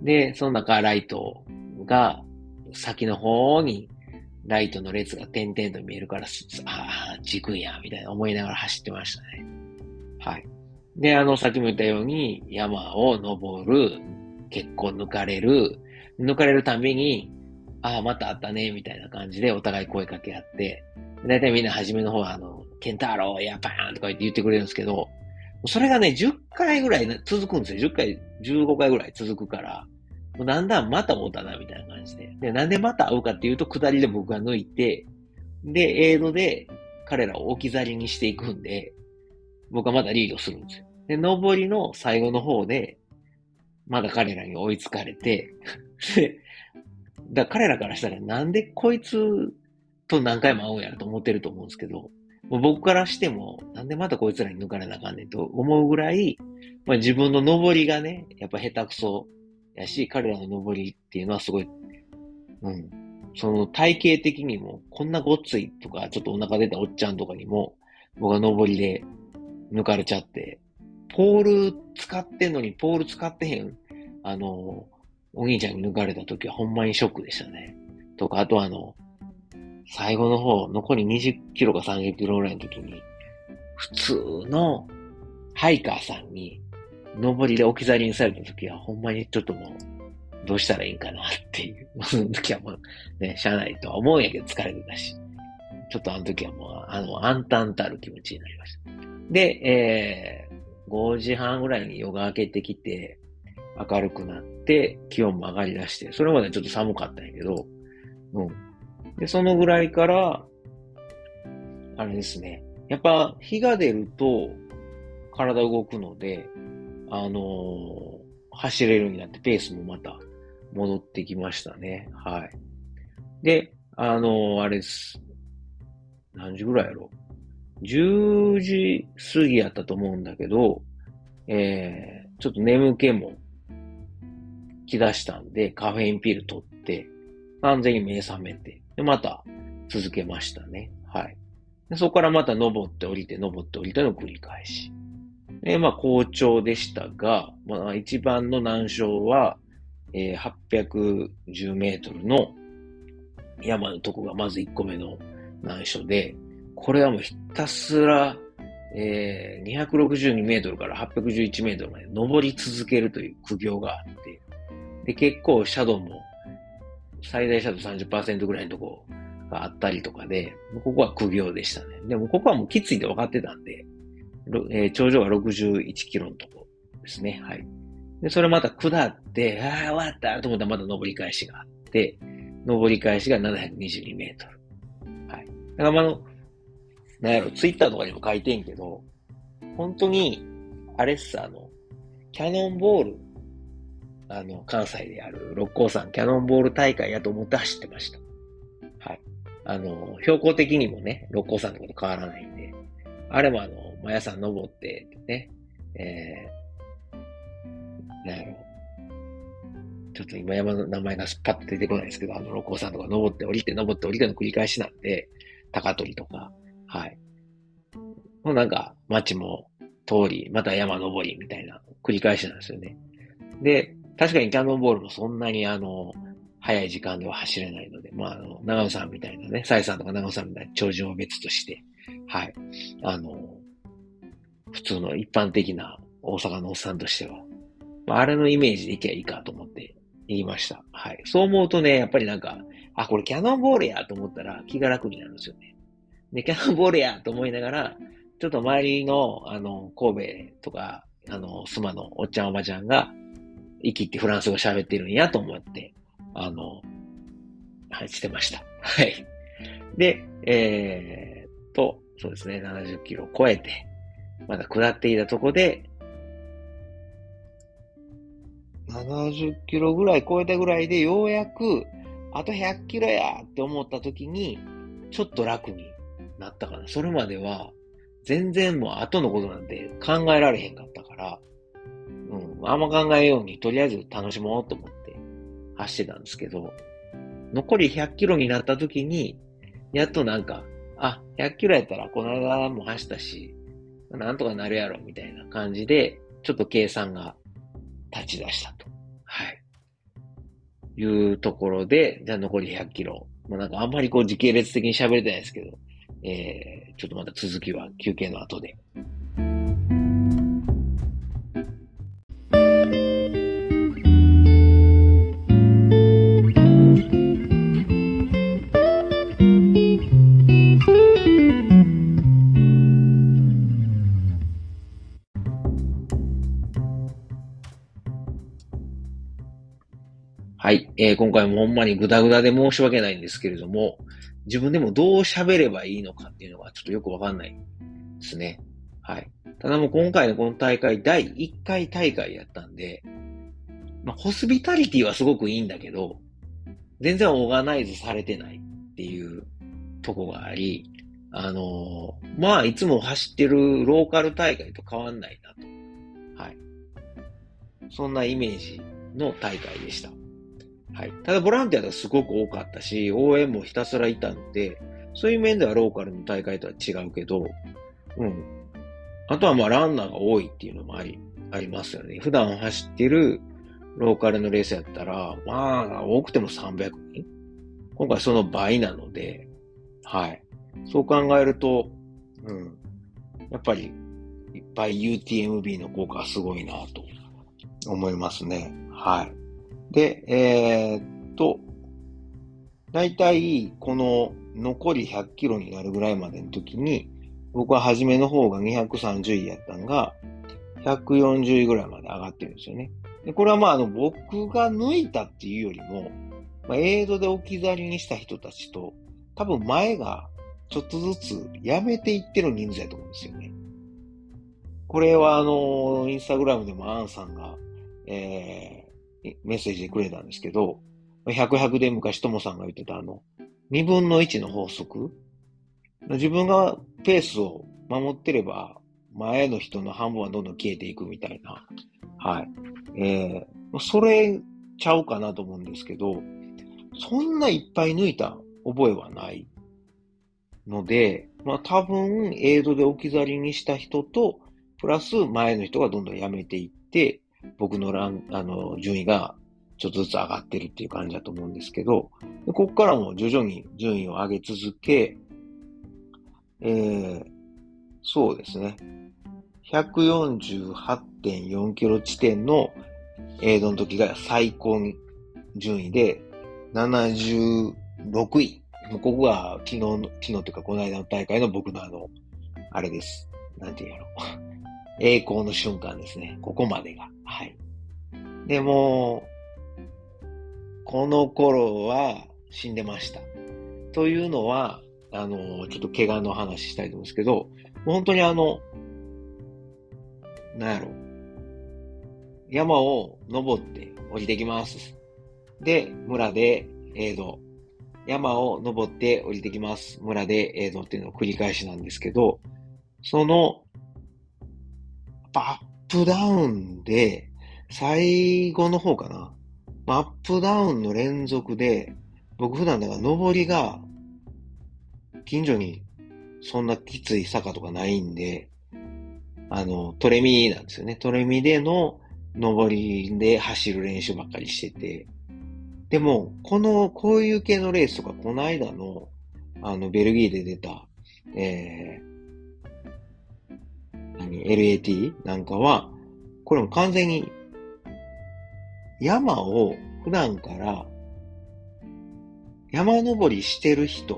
で、その中ライトが先の方にライトの列が点々と見えるから、あっち行くんや、みたいな思いながら走ってましたね。はい。で、さっきも言ったように、山を登る、結構抜かれるたびに、また会ったね、みたいな感じでお互い声かけ合って、だいたいみんな初めの方は、ケンタロウ、やパーンとか言ってくれるんですけど、それがね、10回ぐらい続くんですよ。10回、15回ぐらい続くから、もうだんだんまた会うたな、みたいな感じで。で、なんでまた会うかっていうと、下りで僕が抜いて、で、エイドで彼らを置き去りにしていくんで、僕はまだリードするんですよ。で、上りの最後の方で、まだ彼らに追いつかれて、で、彼らからしたらなんでこいつと何回も会うんやろと思ってると思うんですけど、もう僕からしても、なんでまたこいつらに抜かれなあかんねんと思うぐらい、自分の登りがね、やっぱ下手くそやし、彼らの登りっていうのはすごい、 うん。その体型的にも、こんなごっついとか、ちょっとお腹出たおっちゃんとかにも、僕は登りで抜かれちゃって、ポール使ってんのにポール使ってへん、お兄ちゃんに抜かれた時はほんまにショックでしたね。とか、あと最後の方、残り20キロか30キロぐらいの時に、普通のハイカーさんに、登りで置き去りにされた時は、ほんまにちょっともう、どうしたらいいんかなっていう。その時はもう、ね、しゃあないとは思うんやけど疲れてたし。ちょっとあの時はもう、暗淡たる気持ちになりました。で、5時半ぐらいに夜が明けてきて、明るくなって、気温も上がり出して、それまでちょっと寒かったんやけど、うん。で、そのぐらいから、あれですね。やっぱ、日が出ると、体動くので、走れるようになってペースもまた戻ってきましたね。はい。で、あれです。何時ぐらいやろ ?10 時過ぎやったと思うんだけど、ちょっと眠気も来だしたんで、カフェインピル取って、完全に目覚めて、で、また続けましたね。はい。でそこからまた登って降りて、登って降りての繰り返し。で、まあ、好調でしたが、まあ、一番の難所は、810メートルの山のとこがまず1個目の難所で、これはもうひたすら、262メートルから811メートルまで登り続けるという苦行があって、で、結構シャドウも最大シャドウ 30% ぐらいのとこがあったりとかで、ここは苦行でしたね。でもここはもうきついって分かってたんで、頂上が61キロのとこですね。はい。で、それまた下って、終わったと思ったらまた登り返しがあって、登り返しが722メートル。はい。だからなんやろ、ツイッターとかにも書いてんけど、本当に、あれっす、キャノンボール、関西である六甲山キャノンボール大会やと思って走ってました。はい。標高的にもね、六甲山のこと変わらないんで、あれも毎朝登って、ね、なんやろ。ちょっと今山の名前がパッと出てこないですけど、六甲山とか登って降りて登って降りての繰り返しなんで、高取とか、はい。もうなんか街も通り、また山登りみたいな繰り返しなんですよね。で、確かにキャノンボールもそんなに早い時間では走れないので、まあ長野さんみたいなね、サイさんとか長野さんみたいな頂上は別として、はい。普通の一般的な大阪のおっさんとしては、まあ、あれのイメージでいけばいいかと思って言いました。はい。そう思うとね、やっぱりなんか、あ、これキャノンボールやと思ったら気が楽になるんですよね。で、キャノンボールやと思いながら、ちょっと周りの、神戸とか、須磨のおっちゃんおばちゃんが、生きってフランス語喋ってるんやと思って、はい、してました。はい。で、そうですね、70キロを超えて、まだ下っていたとこで、70キロぐらい超えたぐらいで、ようやく、あと100キロやって思った時に、ちょっと楽になったかな。それまでは、全然もう後のことなんて考えられへんかったから、うん、あんま考えように、とりあえず楽しもうと思って走ってたんですけど、残り100キロになった時に、やっとなんか、あ、100キロやったらこの間も走ったし、なんとかなるやろ、みたいな感じで、ちょっと計算が立ち出したと。はい。いうところで、じゃあ残り100キロ。もうなんかあんまりこう時系列的に喋れてないですけど、ちょっとまた続きは休憩の後で。はい。今回もほんまにグダグダで申し訳ないんですけれども、自分でもどう喋ればいいのかっていうのがちょっとよくわかんないですね。はい。ただもう今回のこの大会、第1回大会やったんで、まあ、ホスピタリティはすごくいいんだけど、全然オーガナイズされてないっていうとこがあり、まあ、いつも走ってるローカル大会と変わんないなと。はい。そんなイメージの大会でした。 はい。ただボランティアがすごく多かったし、応援もひたすらいたので、そういう面ではローカルの大会とは違うけど、うん。あとはまあランナーが多いっていうのもありますよね。普段走ってるローカルのレースやったら、まあ多くても300人。今回その倍なので、はい。そう考えると、うん。やっぱりいっぱい UTMB の効果はすごいなと思いますね。はい。で、大体この残り100キロになるぐらいまでの時に、僕は初めの方が230位やったんが、140位ぐらいまで上がってるんですよね。で、これはまあ僕が抜いたっていうよりも、まあ、エイドで置き去りにした人たちと、多分前がちょっとずつやめていってる人数だと思うんですよね。これはインスタグラムでもアンさんが、メッセージでくれたんですけど、100で昔ともさんが言ってた2分の1の法則。自分がペースを守ってれば、前の人の半分はどんどん消えていくみたいな。はい。それちゃうかなと思うんですけど、そんないっぱい抜いた覚えはないので、まあ多分、エイドで置き去りにした人と、プラス前の人がどんどん辞めていって、僕の順位がちょっとずつ上がってるっていう感じだと思うんですけど、でここからも徐々に順位を上げ続け、えー、そうですね。148.4キロ地点のエイドの時が最高順位で76位。もうここが昨日というかこの間の大会の僕のあれです。なんていうの。栄光の瞬間ですね。ここまでが。はい。でも、この頃は死んでました。というのは、ちょっと怪我の話したいと思うんですけど、本当になんやろ。山を登って降りてきます。で、村で映像。山を登って降りてきます。村で映像っていうのを繰り返しなんですけど、そのアップダウンで、最後の方かな。アップダウンの連続で、僕普段だから登りが近所にそんなきつい坂とかないんで、トレミなんですよね。トレミでの登りで走る練習ばっかりしてて。でも、こういう系のレースとか、この間の、ベルギーで出た、えLAT なんかは、これも完全に山を普段から山登りしてる人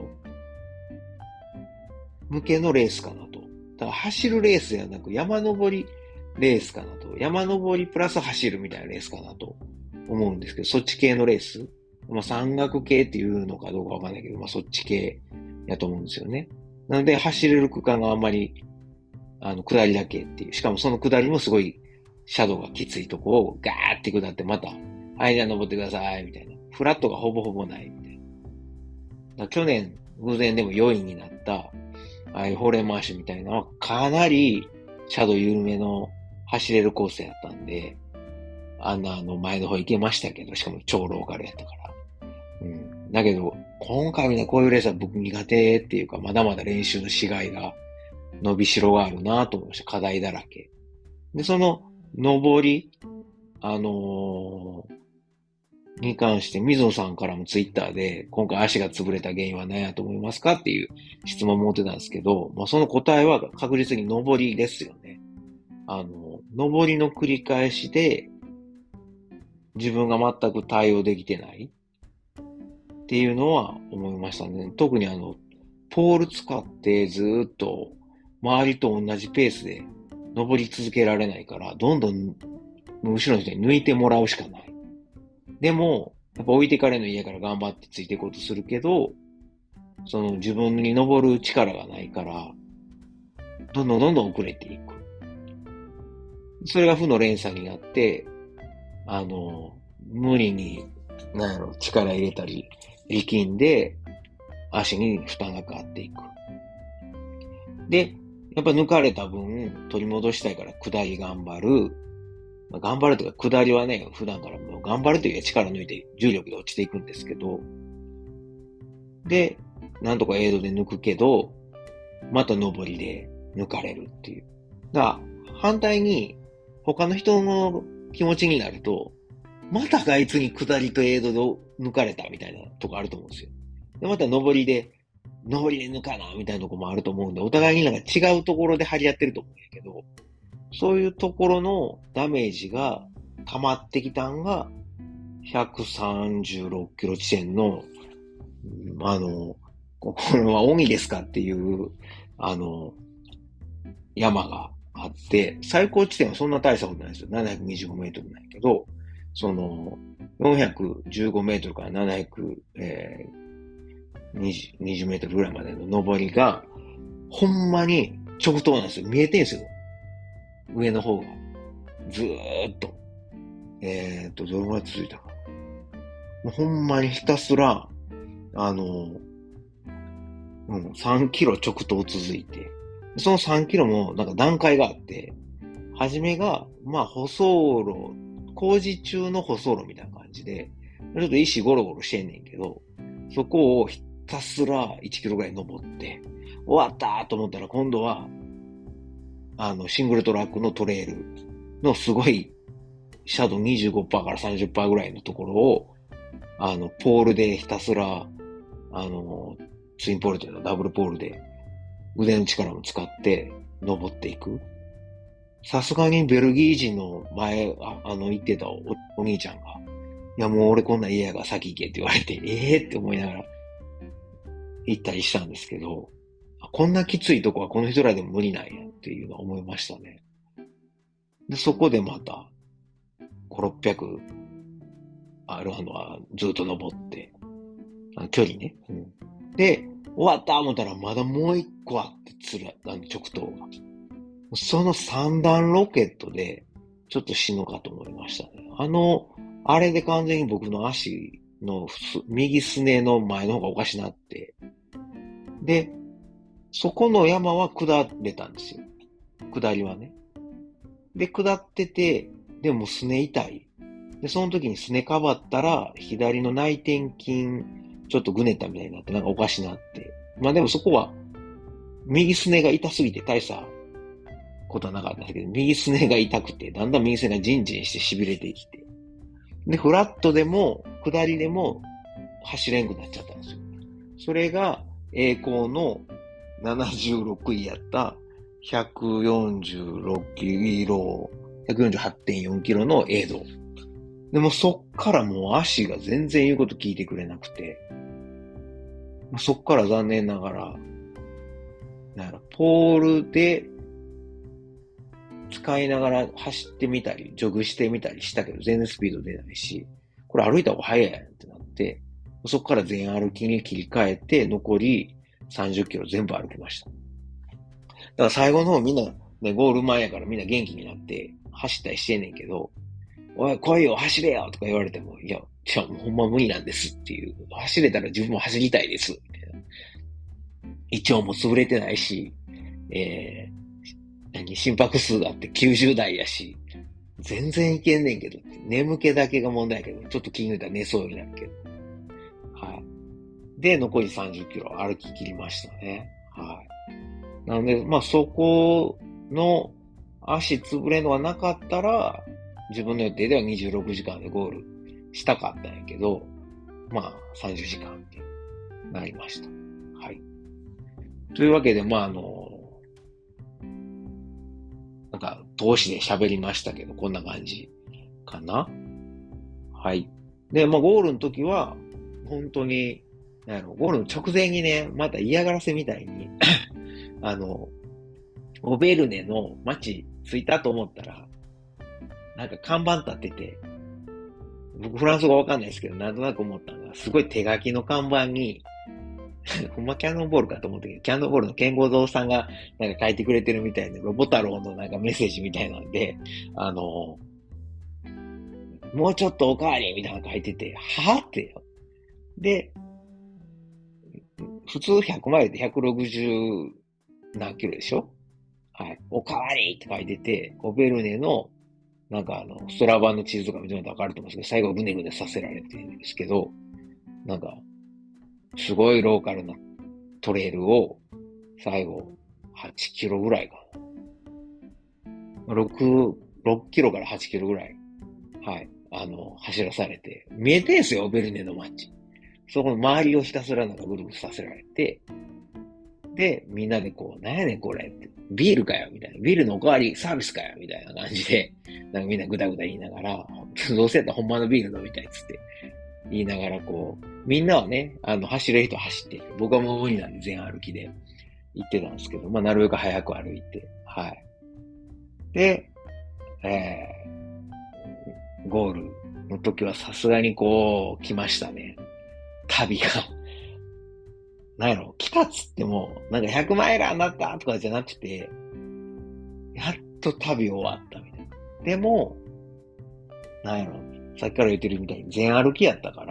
向けのレースかなと。だから走るレースではなく山登りレースかなと。山登りプラス走るみたいなレースかなと思うんですけど、そっち系のレース。まあ山岳系っていうのかどうかわかんないけど、まあそっち系やと思うんですよね。なので走れる区間があんまり、下りだけっていう。しかもその下りもすごい、シャドウがきついとこをガーって下ってまた、はい、じゃあ登ってください、みたいな。フラットがほぼほぼない、みたいな。だから去年、偶然でも4位になった、ああいうホーレンマーシュみたいなのはかなりシャドウ緩めの走れるコースやったんで、前の方行けましたけど、しかも超ローカルやったから。うん。だけど、今回みたいなこういうレースは僕苦手っていうか、まだまだ練習のしがいが伸びしろがあるなと思いました。課題だらけ。で、その、上り、あのに関して、水野さんからもツイッターで、今回足が潰れた原因は何やと思いますかっていう質問を持ってたんですけど、まあ、その答えは確実に上りですよね。上りの繰り返しで、自分が全く対応できてないっていうのは思いましたね。特にポール使ってずーっと周りと同じペースで登り続けられないから、どんどん後ろの人に抜いてもらうしかない。でも、やっぱ置いてかれの家から頑張ってついていこうとするけど、その自分に登る力がないから、どんどん遅れていく。それが負の連鎖になって、無理に、力入れたり、力んで、足に負担がかかっていく。で、やっぱ抜かれた分、取り戻したいから下り頑張る。 まあ、頑張るというか、下りはね、普段からもう頑張るという力抜いて重力で落ちていくんですけど、で、なんとかエイドで抜くけど、また上りで抜かれるっていう。だから、反対に、他の人の気持ちになると、またあいつに下りとエイドで抜かれたみたいなとこあると思うんですよ。で、また上りで抜かなみたいなとこもあると思うんで、お互いになんか違うところで張り合ってると思うんやけど、そういうところのダメージが溜まってきたんが、136キロ地点の、これは鬼ですかっていう、あの、山があって、最高地点はそんな大したことないですよ。725メートルなんやけど、その、415メートルから720メートルぐらいまでの登りが、ほんまに直投なんですよ。見えてんすよ。上の方が。ずーっと。どれぐらい続いたか。もうほんまにひたすら、3キロ直投続いて、その3キロもなんか段階があって、初めが、まあ、舗装路、工事中の舗装路みたいな感じで、ちょっと石ゴロゴロしてんねんけど、そこをひたすら1キロぐらい登って、終わったーと思ったら今度は、シングルトラックのトレイルのすごい、シャドウ25%から30%ぐらいのところを、ポールでひたすら、ツインポールというのはダブルポールで腕の力も使って登っていく。さすがにベルギー人の前、言ってたお兄ちゃんが、いやもう俺こんなん嫌やから先行けって言われて、ええー、って思いながら行ったりしたんですけど、こんなきついとこはこの人らでも無理なんやっていうのは思いましたね。で、そこでまた、5、600あるのはずっと登って、距離ね。うん、で、終わった思ったらまだもう一個あって、直投が。その三段ロケットで、ちょっと死ぬかと思いましたね。あれで完全に僕の足の右すねの前の方がおかしなって、で、そこの山は下れたんですよ。下りはね。で、下ってて、でもすね痛い。で、その時にすねかばったら、左の内転筋、ちょっとぐねったみたいになって、なんかおかしなって。まあでもそこは、右すねが痛すぎて大したことはなかったんですけど、右すねが痛くて、だんだん右すねがジンジンして痺れてきて。で、フラットでも、下りでも、走れんくなっちゃったんですよ。それが、栄光の76位やった146キロ、148.4キロのエイド。でもそっからもう足が全然言うこと聞いてくれなくて、そっから残念ながら、ポールで使いながら走ってみたり、ジョグしてみたりしたけど、全然スピード出ないし、これ歩いた方が早いやんってなって、そこから全歩きに切り替えて、残り30キロ全部歩きました。だから最後の方みんな、ね、ゴール前やからみんな元気になって走ったりしてんねんけど、おい、来いよ、走れよとか言われても、いや、じゃあもうほんま無理なんですっていう。走れたら自分も走りたいです。みたいな。胃腸も潰れてないし、心拍数があって90代やし、全然いけんねんけど、眠気だけが問題やけど、ちょっと気抜いたら寝そうになるけど。はい。で、残り30キロ歩き切りましたね。はい。なので、まあそこの足潰れのがなかったら、自分の予定では26時間でゴールしたかったんやけど、まあ30時間ってなりました。はい。というわけで、まあなんか、投資で喋りましたけど、こんな感じかな。はい。で、まあ、ゴールの時は、本当に、ゴールの直前にね、また嫌がらせみたいにあの、オベルネの街着いたと思ったら、なんか看板立ってて、僕フランス語わかんないですけど、なんとなく思ったのが、すごい手書きの看板に、ほんまキャノンボールかと思ったけど、キャノンボールの健吾堂さんがなんか書いてくれてるみたいで、ロボ太郎のなんかメッセージみたいなんで、もうちょっとおかわりみたいなの書いてて、はぁってよ。で、普通100マイルで160何キロでしょ。はい。おかわりって書いてて、オベルネのストラバの地図とか見てもらったらわかると思うんですけど、最後ぐねぐねさせられてるんですけど、なんか、すごいローカルなトレイルを、最後、8キロぐらいかな。6キロから8キロぐらい、はい、走らされて、見えてんすよ、ベルネの街。そこの周りをひたすらなんかぐるぐるさせられて、で、みんなでこう、なんやねんこれって、ビールかよみたいな、ビールのおかわりサービスかよみたいな感じで、なんかみんなぐだぐだ言いながら、どうせやったらほんまのビール飲みたいっつって言いながらこう、みんなはね、走れる人は走ってる。僕はもう無理なんで全歩きで行ってたんですけど、まあ、なるべく早く歩いて、はい。で、ゴールの時はさすがにこう、来ましたね。旅が。なんやろ、来たっつっても、なんか100マイラーになったとかじゃなくて、やっと旅終わったみたいな。でも、なんやろ、さっきから言ってるみたいに全歩きやったから、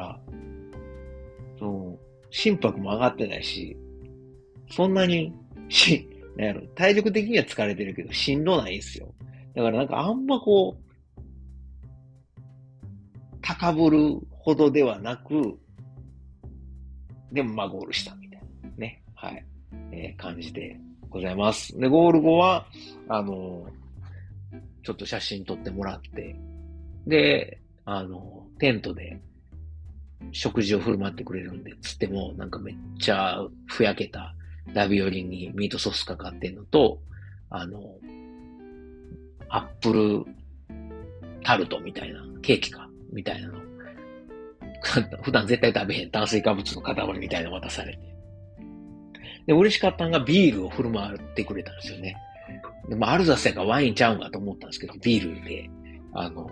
心拍も上がってないし、そんなに、なんやろ、体力的には疲れてるけど、しんどないんすよ。だからなんかあんまこう、高ぶるほどではなく、でもまあゴールしたみたいなね、はい、感じでございます。で、ゴール後は、ちょっと写真撮ってもらって、で、テントで食事を振る舞ってくれるんで、つっても、なんかめっちゃふやけたラビオリにミートソースかかってんのと、アップルタルトみたいな、ケーキか、みたいなの。普段絶対食べへん炭水化物の塊みたいなの渡されて。で、嬉しかったのがビールを振る舞ってくれたんですよね。で、まあ、アルザスやからワインちゃうんかと思ったんですけど、ビールで、あの、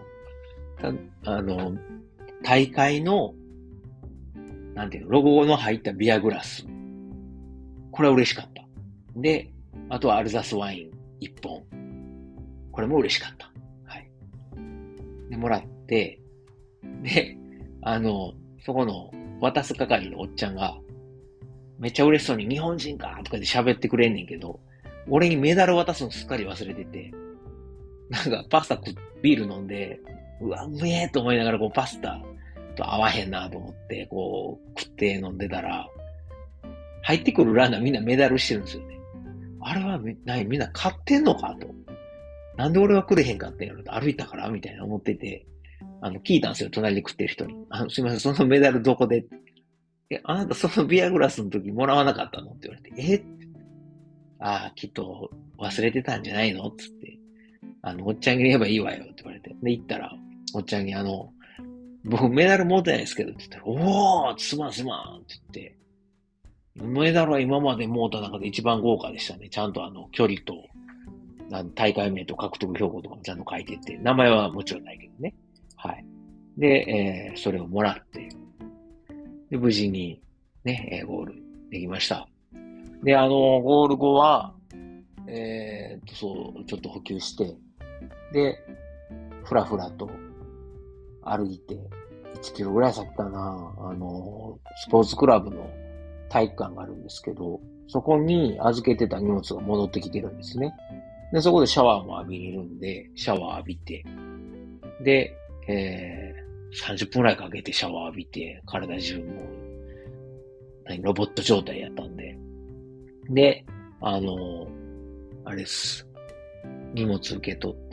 大会の、なんていうの、ロゴの入ったビアグラス。これは嬉しかった。で、あとはアルザスワイン1本。これも嬉しかった。はい。で、もらって、で、そこの渡す係のおっちゃんが、めっちゃ嬉しそうに日本人かとかで喋ってくれんねんけど、俺にメダル渡すのすっかり忘れてて、なんかパスタビール飲んで、うわ、うめえと思いながらこうパスタと合わへんなと思って、こう食って飲んでたら、入ってくるランナーみんなメダルしてるんですよね。あれはみんな買ってんのかと。なんで俺はくれへんかったんやろと歩いたからみたいな思ってて、聞いたんですよ、隣で食ってる人に。すいません、そのメダルどこであなたそのビアグラスの時もらわなかったのって言われて、ああ、きっと忘れてたんじゃないのつって。おっちゃんに言えばいいわよって言われて。で、行ったら、おっちゃんに僕メダル持ってないですけどって言ったら、おーすまんすまんって言って、メダルは今まで持った中で一番豪華でしたね。ちゃんと距離と、大会名と獲得標高とかもちゃんと書いてて、名前はもちろんないけどね。はい。で、それをもらって、で、無事にね、ゴールできました。で、ゴール後は、そう、ちょっと補給して、で、ふらふらと歩いて、1キロぐらい先かな、スポーツクラブの体育館があるんですけど、そこに預けてた荷物が戻ってきてるんですね。で、そこでシャワーも浴びれるんで、シャワー浴びて、で、30分くらいかけてシャワー浴びて、体中もロボット状態やったんで。で、あれです。荷物受け取って、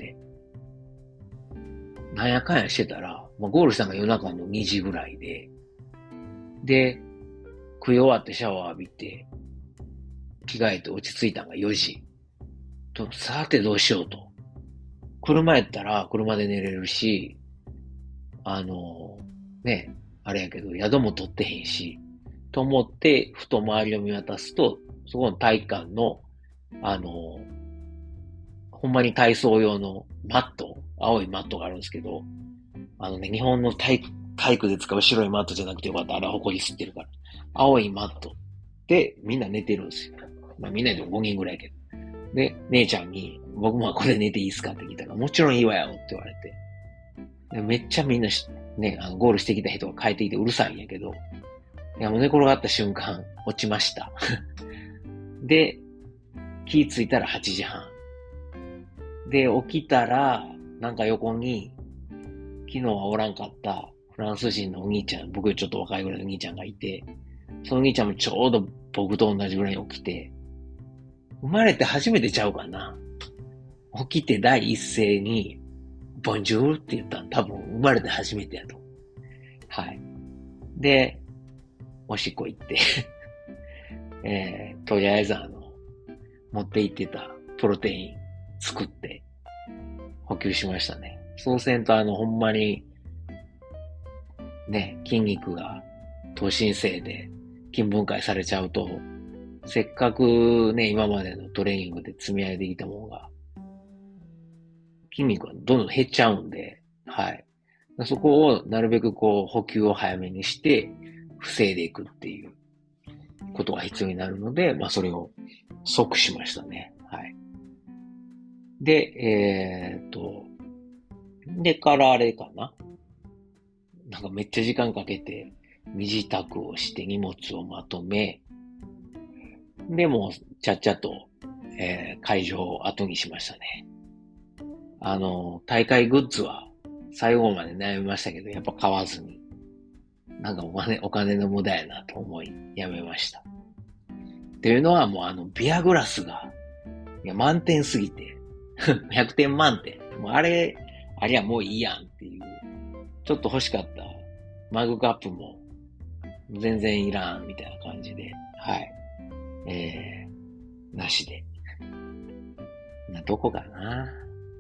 なんやかんやしてたら、まあ、ゴールしたのが夜中の2時ぐらいで、食い終わってシャワー浴びて、着替えて落ち着いたのが4時。さてどうしようと。車やったら車で寝れるし、あれやけど宿も取ってへんし、と思って、ふと周りを見渡すと、そこの体育館の、ほんまに体操用のマット、青いマットがあるんですけど、日本の体育で使う白いマットじゃなくてよかった。あれは埃吸ってるから。青いマットでみんな寝てるんですよ。まあみんなでも5人ぐらいやけど。で、姉ちゃんに、僕もこれ寝ていいですかって聞いたら、もちろんいいわよって言われて。でめっちゃみんなゴールしてきた人が帰ってきてうるさいんやけど、いや、もう寝転がった瞬間、落ちました。で、気ぃついたら8時半。で、起きたら、 なんか横に、昨日はおらんかったフランス人のお兄ちゃん、僕よりちょっと若いぐらいのお兄ちゃんがいて、そのお兄ちゃんもちょうど僕と同じぐらいに起きて、生まれて初めてちゃうかな。起きて第一声に、ボンジュールって言ったの多分生まれて初めてやと。はい。で、おしっこ行ってとりあえず持って行ってたプロテイン作って補給しましたね。そうせんとほんまに、ね、筋肉が糖新生で筋分解されちゃうと、せっかくね、今までのトレーニングで積み上げてきたものが、筋肉がどんどん減っちゃうんで、はい。そこをなるべくこう補給を早めにして、防いでいくっていうことが必要になるので、まあそれを即しましたね。はい。で、でからあれかな。なんかめっちゃ時間かけて、身支度をして荷物をまとめ、でもうちゃっちゃと、会場を後にしましたね。大会グッズは最後まで悩みましたけど、やっぱ買わずに、なんかお金の無駄やなと思い、やめました。っていうのはもうビアグラスが、いや、満点すぎて、100点満点。もうあれはもういいやんっていう、ちょっと欲しかったマグカップも全然いらんみたいな感じで、はい。なしで。どこかな。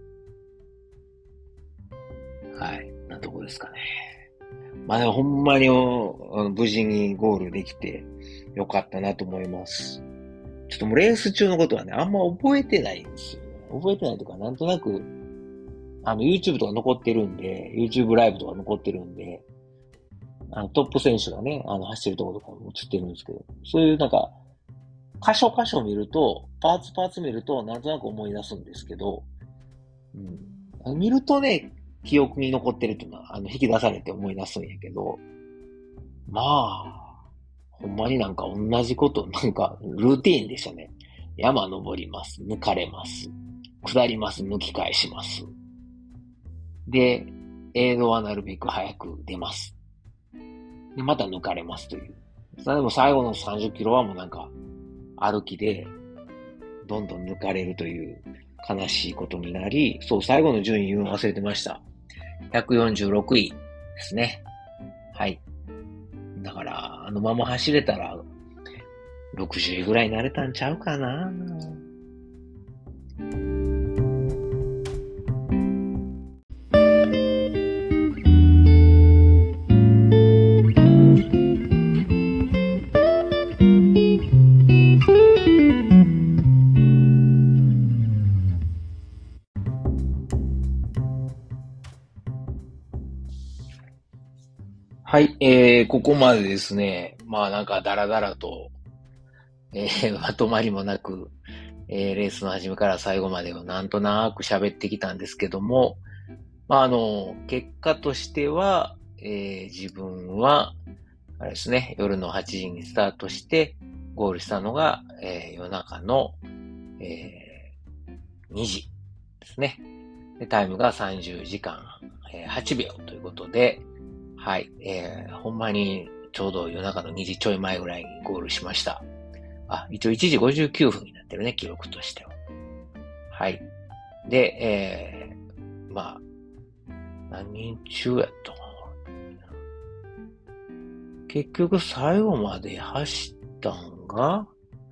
はい。なとこですかね。まあでもほんまに無事にゴールできてよかったなと思います。ちょっともうレース中のことはね、あんま覚えてないんですよね。覚えてないとか、なんとなく、YouTube とか残ってるんで、YouTube ライブとか残ってるんで、トップ選手がね、走るところとかも映ってるんですけど、そういうなんか、箇所見ると、パーツ見ると、なんとなく思い出すんですけど、見るとね、記憶に残ってるっていうのは、引き出されて思い出すんやけど、まあ、ほんまになんか同じこと、なんか、ルーティーンでしたね。山登ります。抜かれます。下ります。抜き返します。で、エイドはなるべく早く出ます。で、また抜かれますという。それでも最後の30キロはもうなんか、歩きで、どんどん抜かれるという悲しいことになり、そう、最後の順位言うの忘れてました。146位ですね。はい。だから、あのまま走れたら、60位ぐらいになれたんちゃうかな。はい、ここまでですね、まあなんかダラダラと、まとまりもなく、レースの始めから最後までをなんとなく喋ってきたんですけども、まあ結果としては、自分は、あれですね、夜の8時にスタートして、ゴールしたのが、夜中の、2時ですね。でタイムが30時間、8秒ということで、はい、ほんまにちょうど夜中の2時ちょい前ぐらいにゴールしました。一応1時59分になってるね、記録としては。はい。で、まあ、何人中やったかな。結局最後まで走ったんが、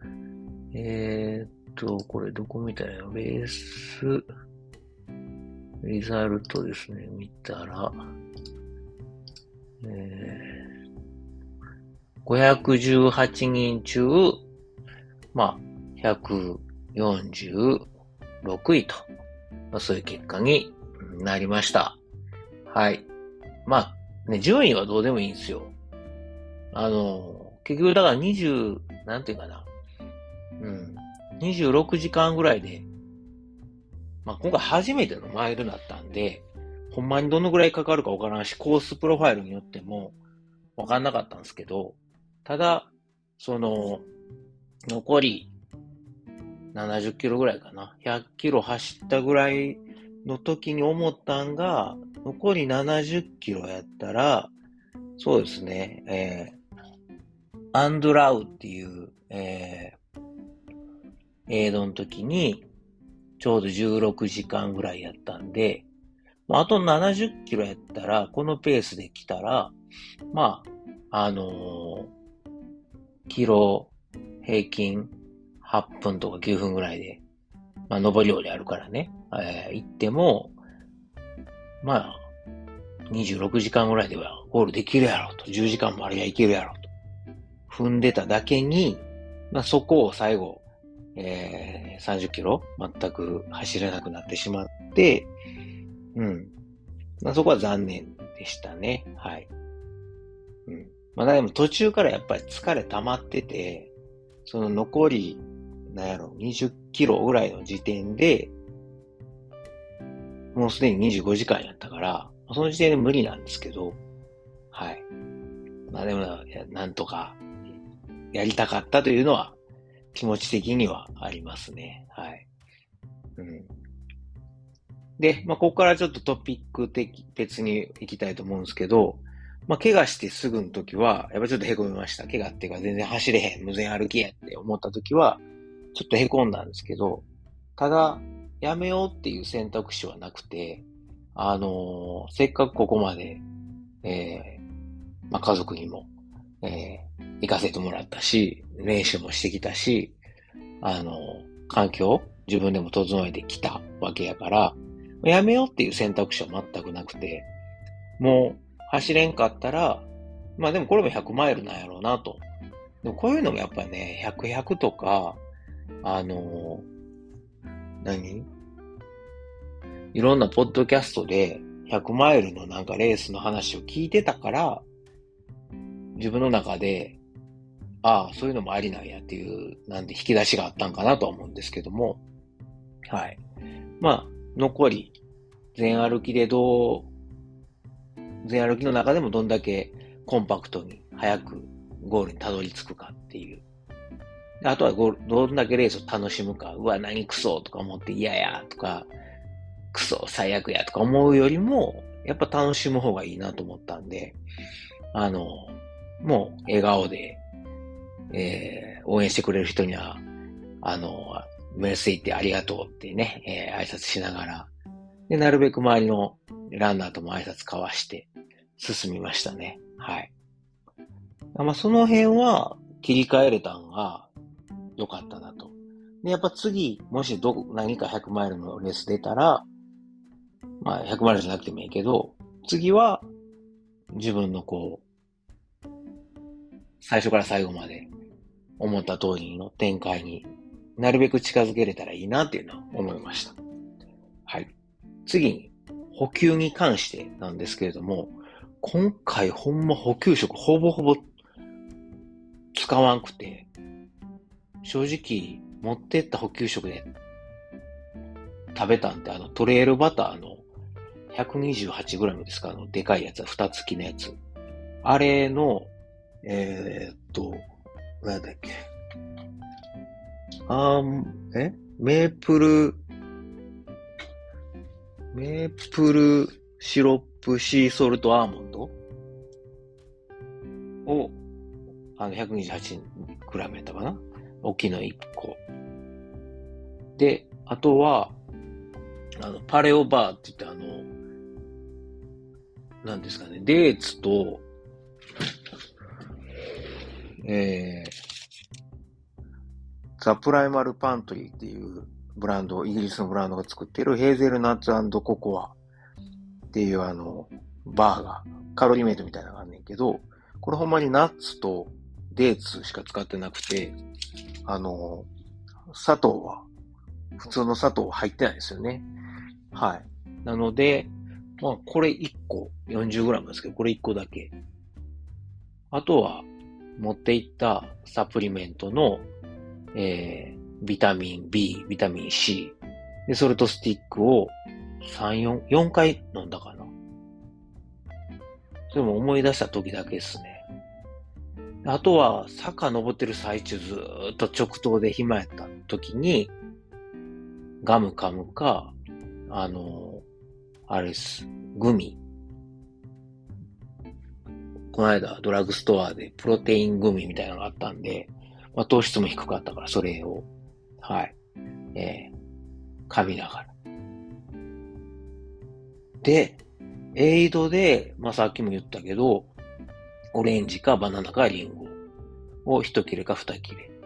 これどこ見たらよ。レース、リザルトですね、見たら、518人中、まあ、146位と、そういう結果になりました。はい。まあ、ね、順位はどうでもいいんですよ。結局だからなんていうかな。26時間ぐらいで、まあ今回初めてのマイルだったんで、ほんまにどのぐらいかかるかわからんし、コースプロファイルによってもわかんなかったんですけど、ただ、残り70キロぐらいかな。100キロ走ったぐらいの時に思ったんが、残り70キロやったら、そうですね、アンドラウっていう、エイドの時に、ちょうど16時間ぐらいやったんで、あと70キロやったら、このペースで来たら、まあ、キロ平均8分とか9分ぐらいで、まあ、上り下りあるからね、行っても、まあ、26時間ぐらいではゴールできるやろと、10時間もあればいけるやろと、踏んでただけに、まあ、そこを最後、30キロ全く走れなくなってしまって、うん。まあ、そこは残念でしたね。はい。うん。まあ、でも途中からやっぱり疲れ溜まってて、その残り、なんやろ、20キロぐらいの時点で、もうすでに25時間やったから、その時点で無理なんですけど、はい。まあでも、なんとか、やりたかったというのは、気持ち的にはありますね。はい。うん。で、まあ、ここからちょっとトピック的、別に行きたいと思うんですけど、まあ、怪我してすぐの時は、やっぱちょっと凹みました。怪我っていうか全然走れへん、無然歩きやって思った時は、ちょっと凹んだんですけど、ただ、やめようっていう選択肢はなくて、せっかくここまで、まあ、家族にも、行かせてもらったし、練習もしてきたし、環境、自分でも整えてきたわけやから、やめようっていう選択肢は全くなくて、もう走れんかったら、まあでもこれも100マイルなんやろうなと。でもこういうのもやっぱりね、100、100とか、あの、何いろんなポッドキャストで100マイルのなんかレースの話を聞いてたから、自分の中で、ああ、そういうのもありなんやっていう、なんで引き出しがあったんかなとは思うんですけども、はい。まあ、残り、全歩きで全歩きの中でもどんだけコンパクトに早くゴールにたどり着くかっていう。あとはどんだけレースを楽しむか。うわ、何クソとか思って嫌やとか、クソ最悪やとか思うよりも、やっぱ楽しむ方がいいなと思ったんで、もう笑顔で、応援してくれる人には、メルセイってありがとうってね、挨拶しながら、で、なるべく周りのランナーとも挨拶交わして進みましたね。はい。まあ、その辺は切り替えれたんが良かったなと。で、やっぱ次、もし何か100マイルのレース出たら、まあ100マイルじゃなくてもいいけど、次は自分の最初から最後まで思った通りの展開になるべく近づけれたらいいなっていうのは思いました。はい。次に、補給に関してなんですけれども、今回ほんま補給食ほぼほぼ使わんくて、正直持ってった補給食で食べたんってトレールバターの 128g ですか、でかいやつ、蓋付きのやつ。あれの、なんだっけ。メープルシロップシーソルトアーモンドを、128g やったかな、大きいの1個。で、あとは、パレオバーって言ってなんですかね、デーツと、ザ・プライマル・パントリーっていうブランド、イギリスのブランドが作っているヘーゼルナッツ&ココアっていうバーが、カロリーメイトみたいなのがあんねんけど、これほんまにナッツとデーツしか使ってなくて、砂糖は、普通の砂糖は入ってないですよね。はい。なので、まあ、これ1個、40g ですけど、これ1個だけ。あとは、持っていったサプリメントの、ビタミン B、ビタミン C、で、ソルトスティックを4回飲んだかな。それも思い出した時だけですね。あとは、坂登ってる最中ずーっと直投で暇やった時に、ガム噛むか、 あれです。グミ。この間ドラッグストアでプロテイングミみたいなのがあったんで、まあ、糖質も低かったからそれを、はい、噛みながら。で、エイドで、まあ、さっきも言ったけど、オレンジかバナナかリンゴを一切れか二切れ。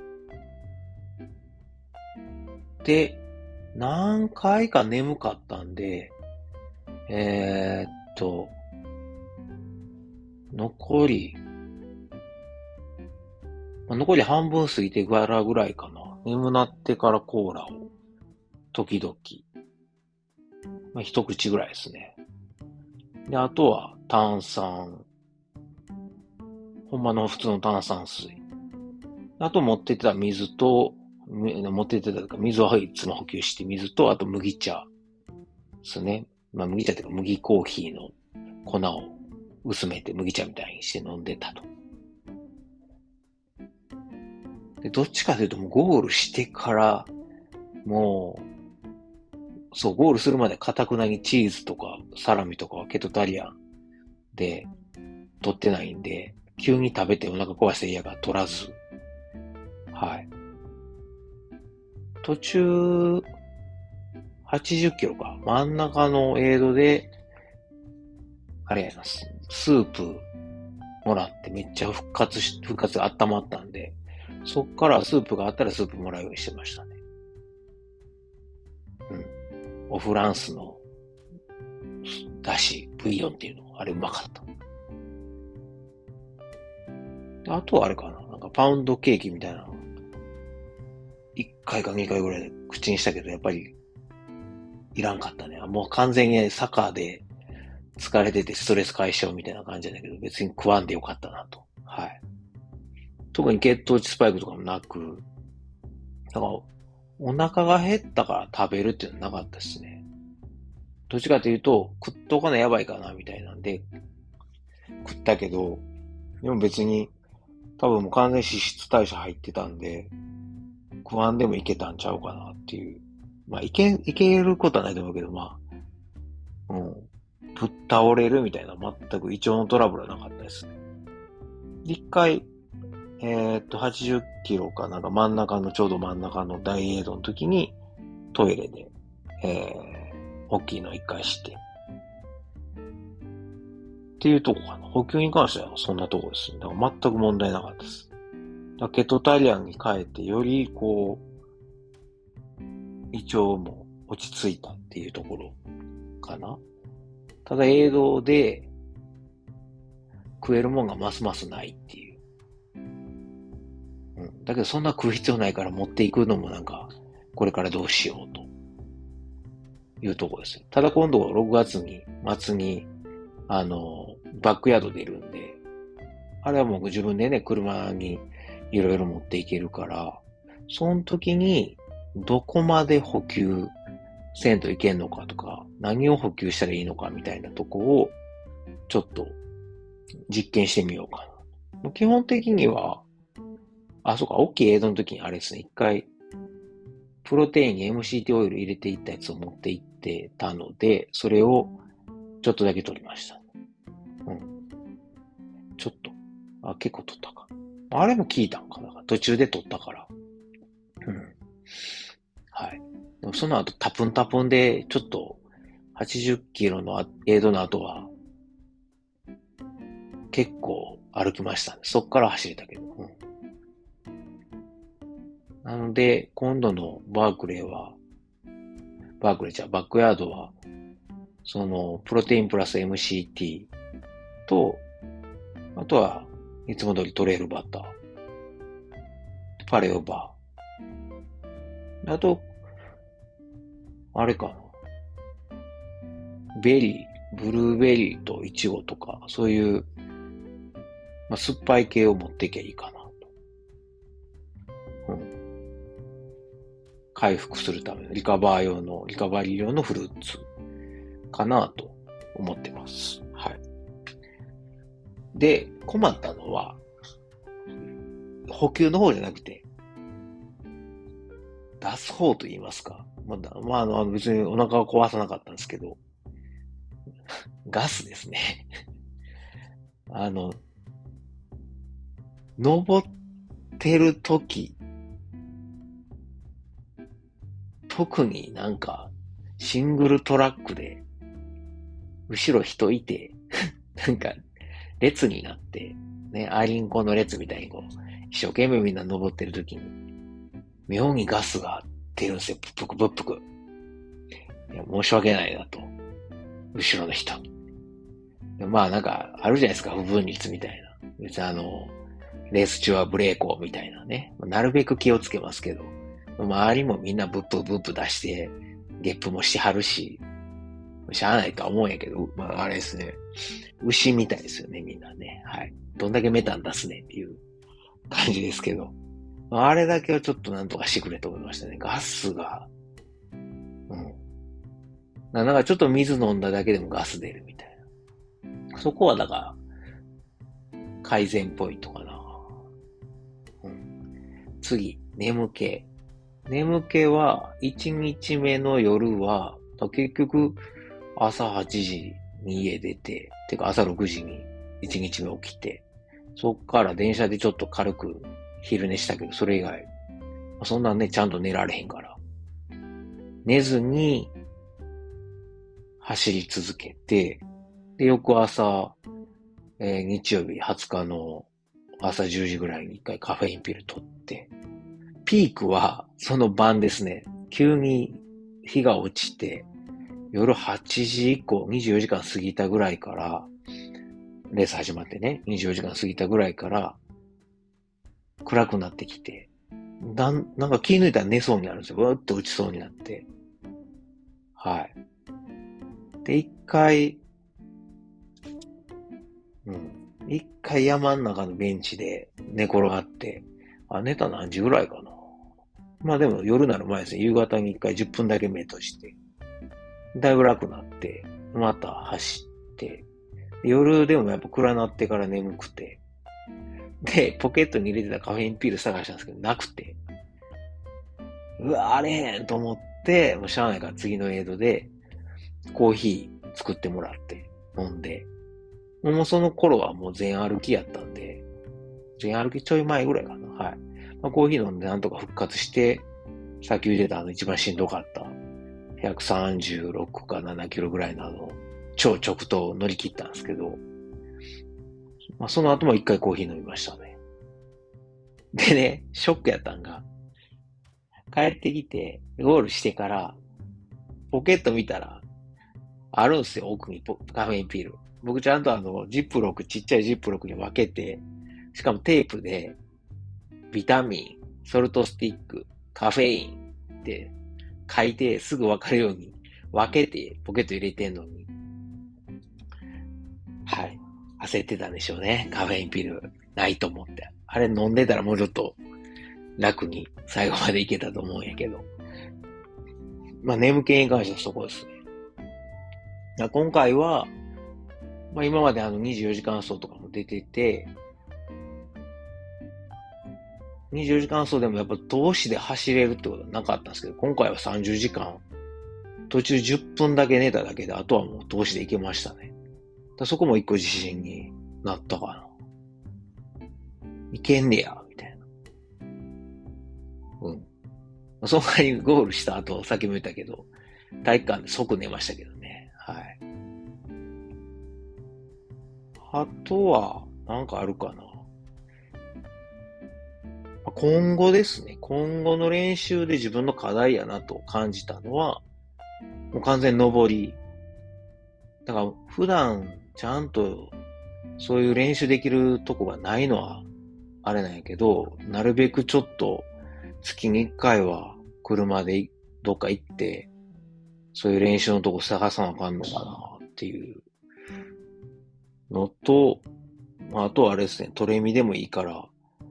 で、何回か眠かったんで、えーっと、残り、残り半分過ぎてからぐらいかな。眠なってからコーラを、時々、まあ、一口ぐらいですね。で、あとは炭酸、ほんまの普通の炭酸水。あと持ってってた水と、持ってってたとか、水はいつも補給して、水と、あと麦茶ですね。まあ麦茶というか麦コーヒーの粉を薄めて麦茶みたいにして飲んでたと。で、どっちかというともうゴールしてから、もそう、ゴールするまで堅くなにチーズとかサラミとかはケトタリアンで取ってないんで、急に食べてお腹壊して嫌が取らず、はい。途中、80キロか。真ん中のエイドで、あれやな、スープもらってめっちゃ復活で温まったんで、そっからスープがあったらスープもらうようにしてましたね。うん。オフランスのだし、ブイヨンっていうの、あれうまかった。あとはあれかな、なんかパウンドケーキみたいなの、1回か2回ぐらいで口にしたけど、やっぱりいらんかったね。もう完全にサッカーで疲れててストレス解消みたいな感じだけど、別に食わんでよかったなと。はい。特に血糖値スパイクとかもなく、だからお腹が減ったから食べるっていうのはなかったですね。どっちかというと、食っとかなやばいかなみたいなんで、食ったけど、でも別に多分もう完全に脂質代謝入ってたんで、食わんでもいけたんちゃうかなっていう。まあ、いけることはないと思うけど、まあ、うん。ぶっ倒れるみたいな全く胃腸のトラブルはなかったですね。一回、80キロかなんか真ん中の、ちょうど真ん中の大エイドの時にトイレで、大きいの一回して。っていうとこかな。補給に関してはそんなとこですね。だから全く問題なかったです。ケトタリアンに変えて、よりこう、胃腸も落ち着いたっていうところかな。ただ映像で食えるもんがますますないっていう。うん。だけどそんな食う必要ないから持っていくのもなんか、これからどうしようというところですよ。ただ今度6月に、末に、バックヤード出るんで、あれはもう自分でね、車にいろいろ持っていけるから、その時にどこまで補給せんといけんのかとか、何を補給したらいいのかみたいなとこを、ちょっと実験してみようかな。基本的には、そうか、大きい映像の時にあれですね、一回、プロテインに MCT オイル入れていったやつを持っていってたので、それをちょっとだけ取りました。うん。ちょっと。結構取ったか。あれも効いたんかな。途中で取ったから。うん。はい。でもその後、タプンタプンで、ちょっと、80キロのエイドの後は、結構歩きましたね。そっから走れたけど。うん。なので、今度のバークレーじゃバックヤードは、その、プロテインプラス MCT と、あとは、いつも通りトレイルバッター、パレオバー。あと、あれかな。ベリー、ブルーベリーとイチゴとか、そういう、まあ、酸っぱい系を持っていけばいいかなと。うん。回復するためのリカバリー用のフルーツかなと思ってます。はい。で、困ったのは、補給の方じゃなくて、出す方と言いますか。別にお腹は壊さなかったんですけど、 ガスですね。あの、登ってる時、特になんか、シングルトラックで、後ろ人いて、なんか、列になって、ね、アリンコの列みたいにこう、一生懸命みんな登ってる時に、妙にガスが出るんですよ。プクプクプク。いや、申し訳ないなと。後ろの人。まあなんか、あるじゃないですか、不分率みたいな。別にレース中はブレーコーみたいなね。なるべく気をつけますけど、周りもみんなブップブップ出して、ゲップもしてはるし、しゃあないとは思うんやけど、まああれですね。牛みたいですよね、みんなね。はい。どんだけメタン出すねっていう感じですけど。あれだけはちょっとなんとかしてくれと思いましたね。ガスが。うん。なんかちょっと水飲んだだけでもガス出るみたいな。そこはだから、改善ポイントかな。うん。次、眠気。眠気は、1日目の夜は、結局、朝8時に家出て、てか朝6時に1日目起きて、そっから電車でちょっと軽く昼寝したけど、それ以外、そんなんね、ちゃんと寝られへんから。寝ずに走り続けて、で、翌朝、日曜日20日の朝10時ぐらいに一回カフェインピル取って、ピークはその晩ですね、急に日が落ちて、夜8時以降、24時間過ぎたぐらいから、レース始まってね、24時間過ぎたぐらいから、暗くなってきて、なんか気抜いたら寝そうになるんですよ。うわっと落ちそうになって。はい。で、一回山の中のベンチで寝転がって、寝た何時ぐらいかな。まあでも夜なる前ですね。夕方に一回10分だけ目閉じて、だいぶ楽になって、また走って、夜でもやっぱ暗なってから眠くて、で、ポケットに入れてたカフェインピール探したんですけど、なくて、うわ、あれへんと思って、もうしゃあないから次のエイドで、コーヒー作ってもらって飲んで、もうその頃はもう全歩きやったんで、全歩きちょい前ぐらいかな。はい。まあ、コーヒー飲んでなんとか復活して、さっき言ってた一番しんどかった136か7キロぐらいの超直投を乗り切ったんですけど、まあ、その後も一回コーヒー飲みましたね。でね、ショックやったんが、帰ってきて、ゴールしてから、ポケット見たら、あるんすよ、奥にカフェインピール。僕ちゃんとジップロック、ちっちゃいジップロックに分けて、しかもテープで、ビタミン、ソルトスティック、カフェインって書いてすぐ分かるように分けてポケット入れてんのに、はい。焦ってたんでしょうね。カフェインピルないと思って。あれ飲んでたらもうちょっと楽に最後までいけたと思うんやけど。まあ眠気に関してはそこですね。今回は、まあ今まで24時間走とかも出てて、24時間走でもやっぱ通しで走れるってことはなかったんですけど、今回は30時間、途中10分だけ寝ただけで、あとはもう通しで行けましたね。そこも一個自信になったかな。いけんねや、みたいな。うん。その代わりゴールした後、さっきも言ったけど、体育館で即寝ましたけどね。はい。あとは、なんかあるかな。今後ですね。今後の練習で自分の課題やなと感じたのは、もう完全上り。だから普段ちゃんとそういう練習できるとこがないのはあれなんやけど、なるべくちょっと月に1回は車でどっか行って、そういう練習のとこ探さなあかんのかなっていうのと、まあ、あとはあれですね、トレミでもいいから、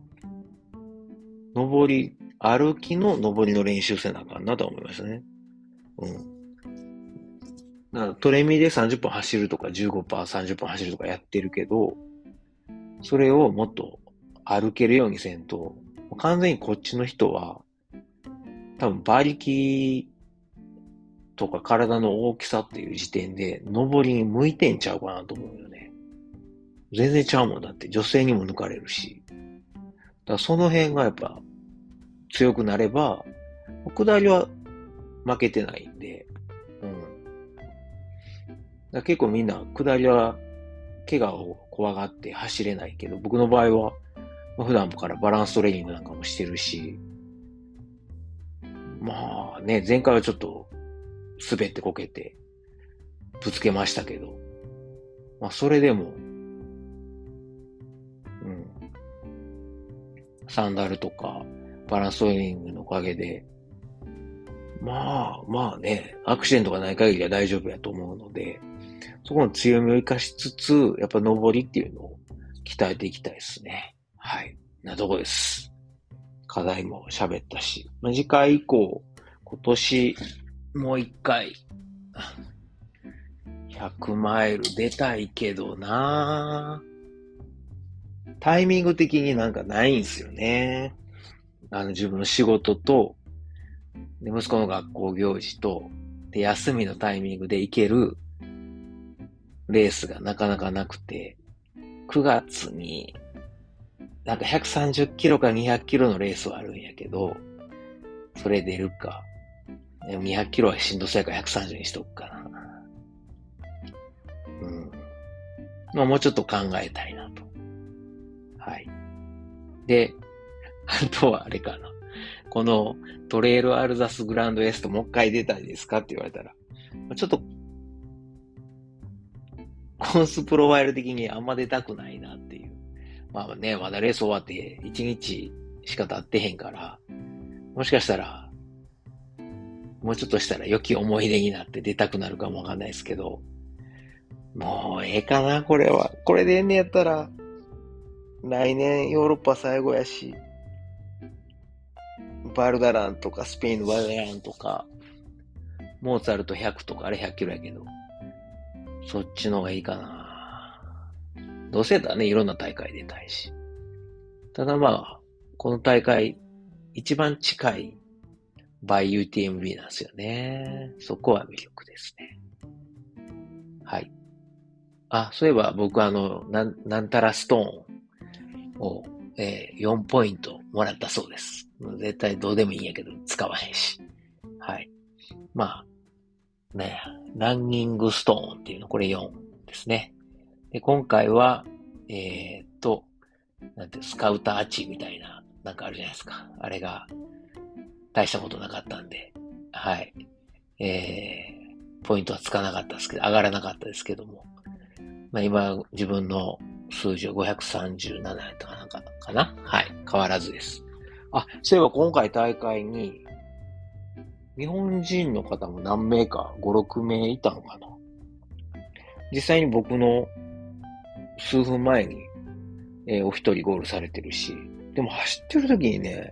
歩きの上りの練習せなあかんなと思いましたね。うん。だからトレミで30分走るとか15%、30分走るとかやってるけど、それをもっと歩けるようにせんと、完全にこっちの人は、多分馬力とか体の大きさっていう時点で、登りに向いてんちゃうかなと思うよね。全然ちゃうもんだって、女性にも抜かれるし。だからその辺がやっぱ強くなれば、下りは負けてないんで、うん。だから結構みんな下りは怪我を怖がって走れないけど、僕の場合は普段からバランストレーニングなんかもしてるし、まあね、前回はちょっと滑ってこけてぶつけましたけど、まあそれでも、うん、サンダルとかバランストレーニングのおかげで、まあね、アクシデントがない限りは大丈夫やと思うので、そこの強みを生かしつつ、やっぱ登りっていうのを鍛えていきたいですね。はい。なとこです。課題も喋ったし、次回以降、今年もう一回、100マイル出たいけどなぁ。タイミング的になんかないんすよね。自分の仕事と、で息子の学校行事と、で、休みのタイミングで行けるレースがなかなかなくて、9月になんか130キロか200キロのレースはあるんやけど、それ出るか。200キロはしんどそうやから130にしとくかな。うん。まあもうちょっと考えたいなと。はい。で、あとはあれかな。このトレイルアルザスグランドエストもう一回出たいですかって言われたら、ちょっとコースプロファイル的にあんま出たくないなっていう。まあね、まだレース終わって1日しか経ってへんから、もしかしたら、もうちょっとしたら良き思い出になって出たくなるかもわかんないですけど、もうええかな、これは。これでええんねやったら、来年ヨーロッパ最後やし、バルダランとかスペインのバルダランとか、モーツァルト100とか、あれ100キロやけど、そっちの方がいいかな。どうせやったらね、いろんな大会出たいし。ただまあ、この大会、一番近いバイ UTMB なんですよね。そこは魅力ですね。はい。あ、そういえば僕なんたらストーンを、4ポイントもらったそうです。絶対どうでもいいんやけど、使わへんし。はい。まあ、ね、ランニングストーンっていうの、これ4ですね。で、今回は、なんてスカウター値みたいな、なんかあるじゃないですか。あれが、大したことなかったんで、はい。ポイントはつかなかったですけど、上がらなかったですけども。まあ今、自分の数字は537やったかなんか、かなはい。変わらずです。あ、そういえば今回大会に、日本人の方も何名か、5、6名いたのかな。実際に僕の数分前に、お一人ゴールされてるし、でも走ってる時にね、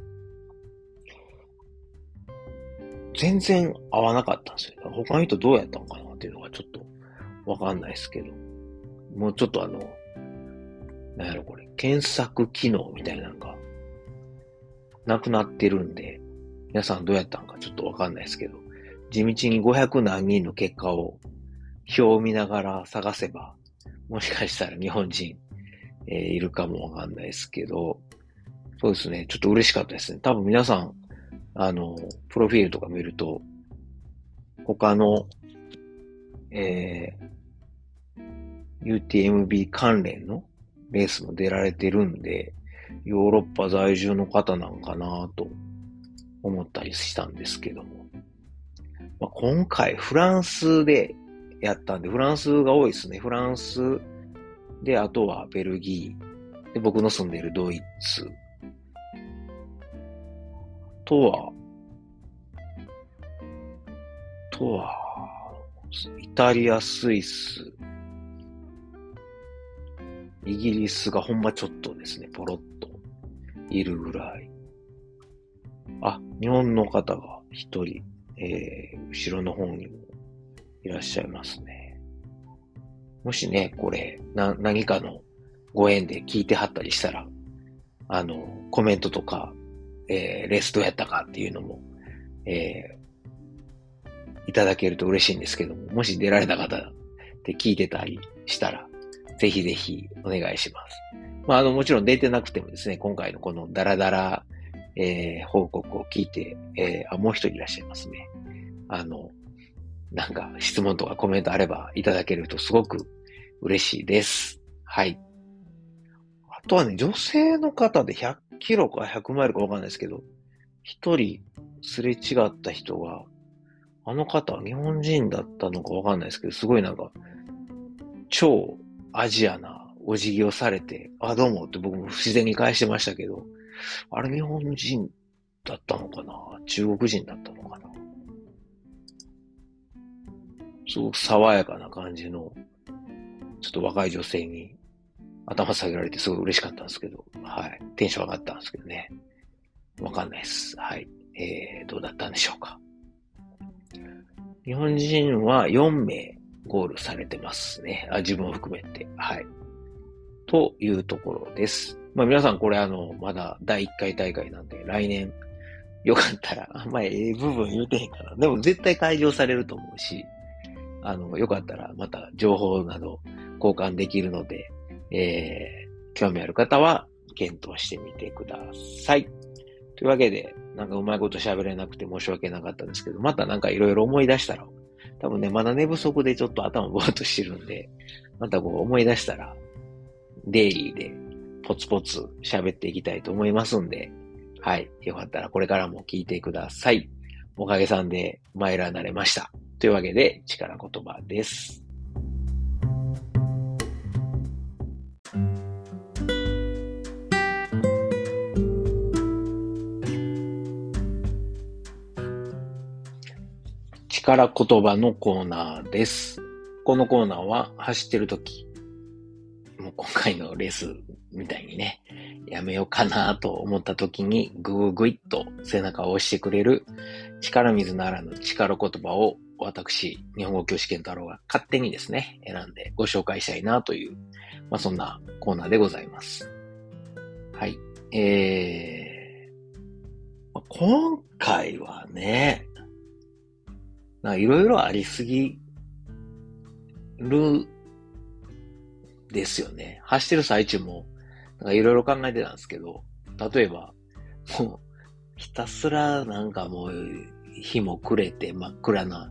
全然合わなかったんですよ。他の人どうやったのかなっていうのがちょっとわかんないですけど、もうちょっとなんやろこれ、検索機能みたいなのがなくなってるんで、皆さんどうやったのかちょっとわかんないですけど、地道に500何人の結果を表を見ながら探せば、もしかしたら日本人、いるかもわかんないですけど、そうですね、ちょっと嬉しかったですね。多分皆さん、プロフィールとか見ると、他の、UTMB 関連のレースも出られてるんで、ヨーロッパ在住の方なんかなと思ったりしたんですけども。まあ、今回フランスでやったんで、フランスが多いですね。フランスで、あとはベルギー。で、僕の住んでいるドイツ。イタリア、スイス、イギリスがほんまちょっとですね、ポロッといるぐらい。あ、日本の方が一人、後ろの方にもいらっしゃいますね。もしね、これ、何かのご縁で聞いてはったりしたら、コメントとか、レースどうやったかっていうのも、 いただけると嬉しいんですけども、もし出られた方って聞いてたりしたら、ぜひぜひお願いします。もちろん出てなくてもですね、今回のこのダラダラ、報告を聞いて、もう一人いらっしゃいますね。なんか質問とかコメントあればいただけるとすごく嬉しいです。はい。あとはね、女性の方で100キロか100マイルかわかんないですけど、一人すれ違った人が、あの方は日本人だったのかわかんないですけど、すごいなんか、超アジアなお辞儀をされて、どうもって僕も不自然に返してましたけど、あれ日本人だったのかな、中国人だったのかな、すごく爽やかな感じの、ちょっと若い女性に頭下げられてすごい嬉しかったんですけど、はい。テンション上がったんですけどね。わかんないです。はい。どうだったんでしょうか。日本人は4名ゴールされてますね。自分を含めて。はい。というところです。皆さんこれまだ第1回大会なんで、来年よかったら、部分言うてへんかな。でも絶対開場されると思うし、よかったらまた情報など交換できるので、興味ある方は検討してみてください。というわけで、なんかうまいこと喋れなくて申し訳なかったんですけど、またなんかいろいろ思い出したら、多分ね、まだ寝不足でちょっと頭ぼーっとしてるんで、またこう思い出したら、デイリーでポツポツ喋っていきたいと思いますんで、はい。よかったらこれからも聞いてください。おかげさんでマイラーなれました。というわけで、力言葉です。力言葉のコーナーです。このコーナーは走ってるとき、もう今回のレースみたいにね、やめようかなと思ったときにグイっと背中を押してくれる力水ならぬ力言葉を私、日本語教師健太郎が勝手にですね、選んでご紹介したいなという、そんなコーナーでございます。はい。今回はね、いろいろありすぎるですよね。走ってる最中も、いろいろ考えてたんですけど、例えば、もう、ひたすらなんかもう、日も暮れて真っ暗な、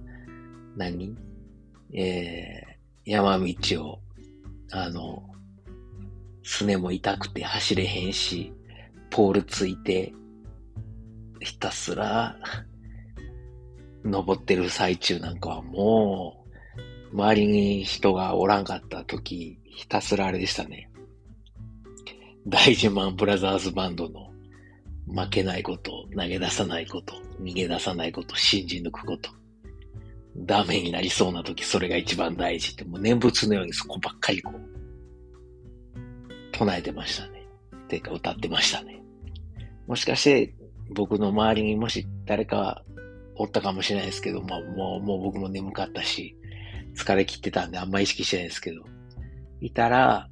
山道を、すねも痛くて走れへんし、ポールついて、ひたすら、登ってる最中なんかはもう、周りに人がおらんかった時、ひたすらあれでしたね。大自慢ブラザーズバンドの負けないこと、投げ出さないこと、逃げ出さないこと、信じ抜くこと。ダメになりそうな時、それが一番大事って、もう念仏のようにそこばっかりこう、唱えてましたね。てか歌ってましたね。もしかして、僕の周りにもし誰かおったかもしれないですけど、もう僕も眠かったし、疲れ切ってたんであんま意識してないですけど、いたら、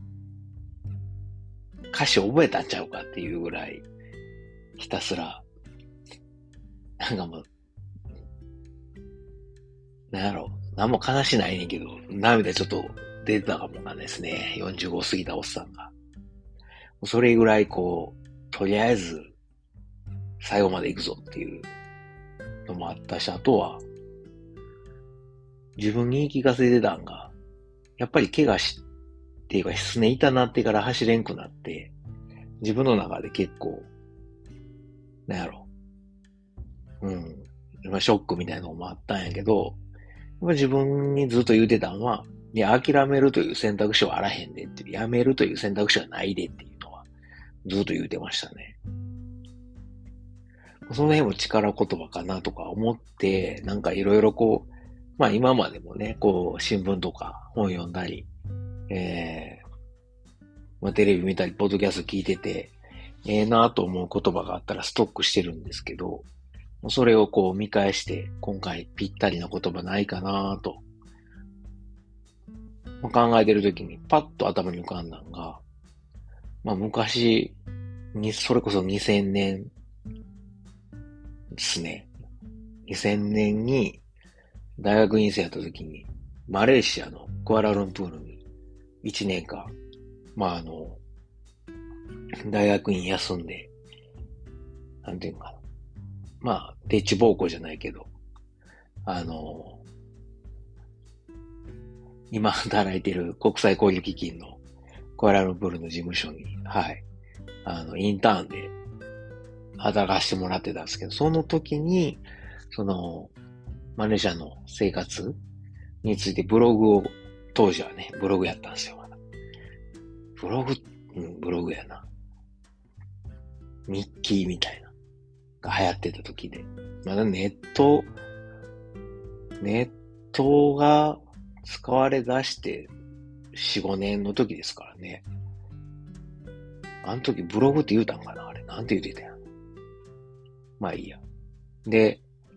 歌詞覚えたんちゃうかっていうぐらい、ひたすら、なんかもう、なんやろ、なんも悲しないねんけど、涙ちょっと出てたかもわかんないですね。45過ぎたおっさんが。それぐらいこう、とりあえず、最後まで行くぞっていうのもあったし、あとは、自分に言い聞かせてたんが、やっぱり怪我っていうか、すね痛なってから走れんくなって、自分の中で結構、なんやろ、ショックみたいなのもあったんやけど、自分にずっと言うてたんは、いや、諦めるという選択肢はあらへんでっていう、やめるという選択肢はないでっていうのは、ずっと言うてましたね。その辺も力言葉かなとか思って、なんかいろいろこう、今までもね、こう、新聞とか本読んだり、テレビ見たり、ポッドキャスト聞いてて、なぁと思う言葉があったらストックしてるんですけど、それをこう見返して、今回ぴったりな言葉ないかなぁと、考えてるときにパッと頭に浮かんだのが、昔に、それこそ2000年ですね。2000年に、 大学院生やった時に、マレーシアのクアラルンプールに1年間、まあ大学院休んで、なんていうのかな。まあ、丁稚奉公じゃないけど、今働いてる国際交流基金のクアラルンプールの事務所に、はい、インターンで働かしてもらってたんですけど、その時に、マレーシアの生活についてブログを、当時はね、ブログやったんですよ、まだ。ブログやな。日記みたいな。が流行ってた時で。まだネットが使われ出して4、5年の時ですからね。あの時ブログって言うたんかなあれ。なんて言ってたやん。まあいいや。で、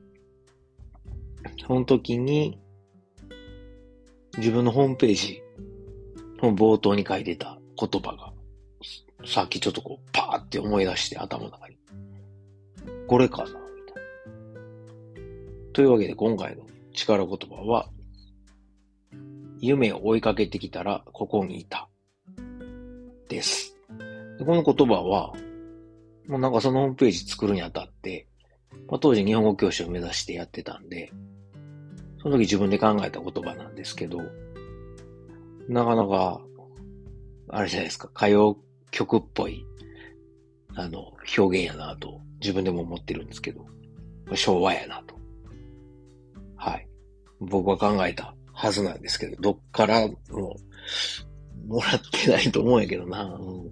その時に、自分のホームページの冒頭に書いてた言葉が、さっきちょっとこう、パーって思い出して頭の中に。これかなみたいな。というわけで今回の力言葉は、夢を追いかけてきたらここにいた。です。でこの言葉は、もうなんかそのホームページ作るにあたって、当時日本語教師を目指してやってたんで、その時自分で考えた言葉なんですけど、なかなか、あれじゃないですか、歌謡曲っぽい、表現やなと、自分でも思ってるんですけど、昭和やなと。はい。僕は考えたはずなんですけど、どっからもらってないと思うんやけどな。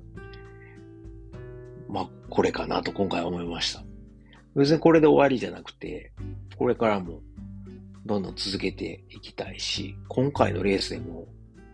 まあ、これかなと今回は思いました。別にこれで終わりじゃなくて、これからもどんどん続けていきたいし、今回のレースでも、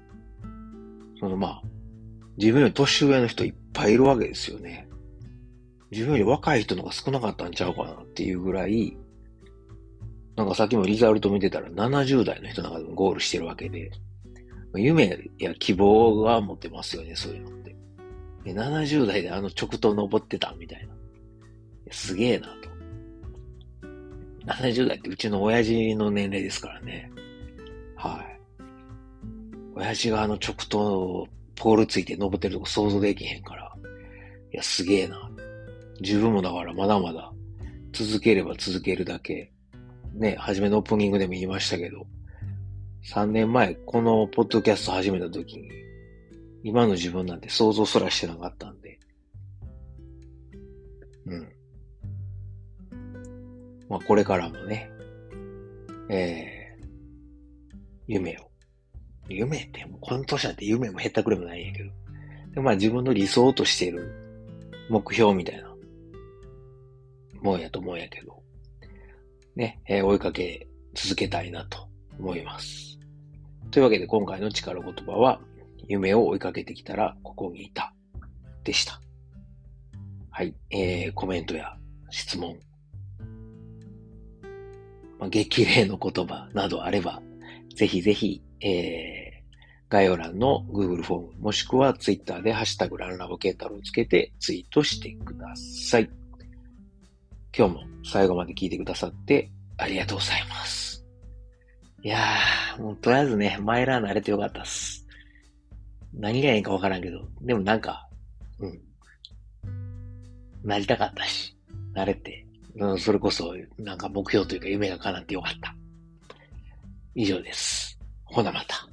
自分より年上の人いっぱいいるわけですよね。自分より若い人の方が少なかったんちゃうかなっていうぐらい、なんかさっきもリザルト見てたら70代の人なんかでもゴールしてるわけで、夢や希望は持ってますよね、そういうのって。で70代で直登登ってたみたいな。すげえなと。70代ってうちの親父の年齢ですからね。はい。親父が直登ポールついて登ってるとこ想像できへんから。いや、すげえな。自分もだからまだまだ続ければ続けるだけ。ね、初めのオープニングでも言いましたけど、3年前このポッドキャスト始めた時に、今の自分なんて想像すらしてなかったんで。これからもね、夢ってもうこの年なんて夢もへったくれもないんやけど。で自分の理想としている目標みたいなもんやと思うんやけど、ね、追いかけ続けたいなと思います。というわけで今回の力言葉は、夢を追いかけてきたらここにいたでした。はい、コメントや質問、激励の言葉などあれば、ぜひぜひ、概要欄の Google フォーム、もしくは Twitter でハッシュタグランラボケータロをつけてツイートしてください。今日も最後まで聞いてくださってありがとうございます。いやー、もうとりあえずね、マイラー慣れてよかったっす。何がいいかわからんけど、でもなんか、なりたかったし、慣れて、それこそなんか目標というか夢が叶ってよかった。以上です。ほなまた。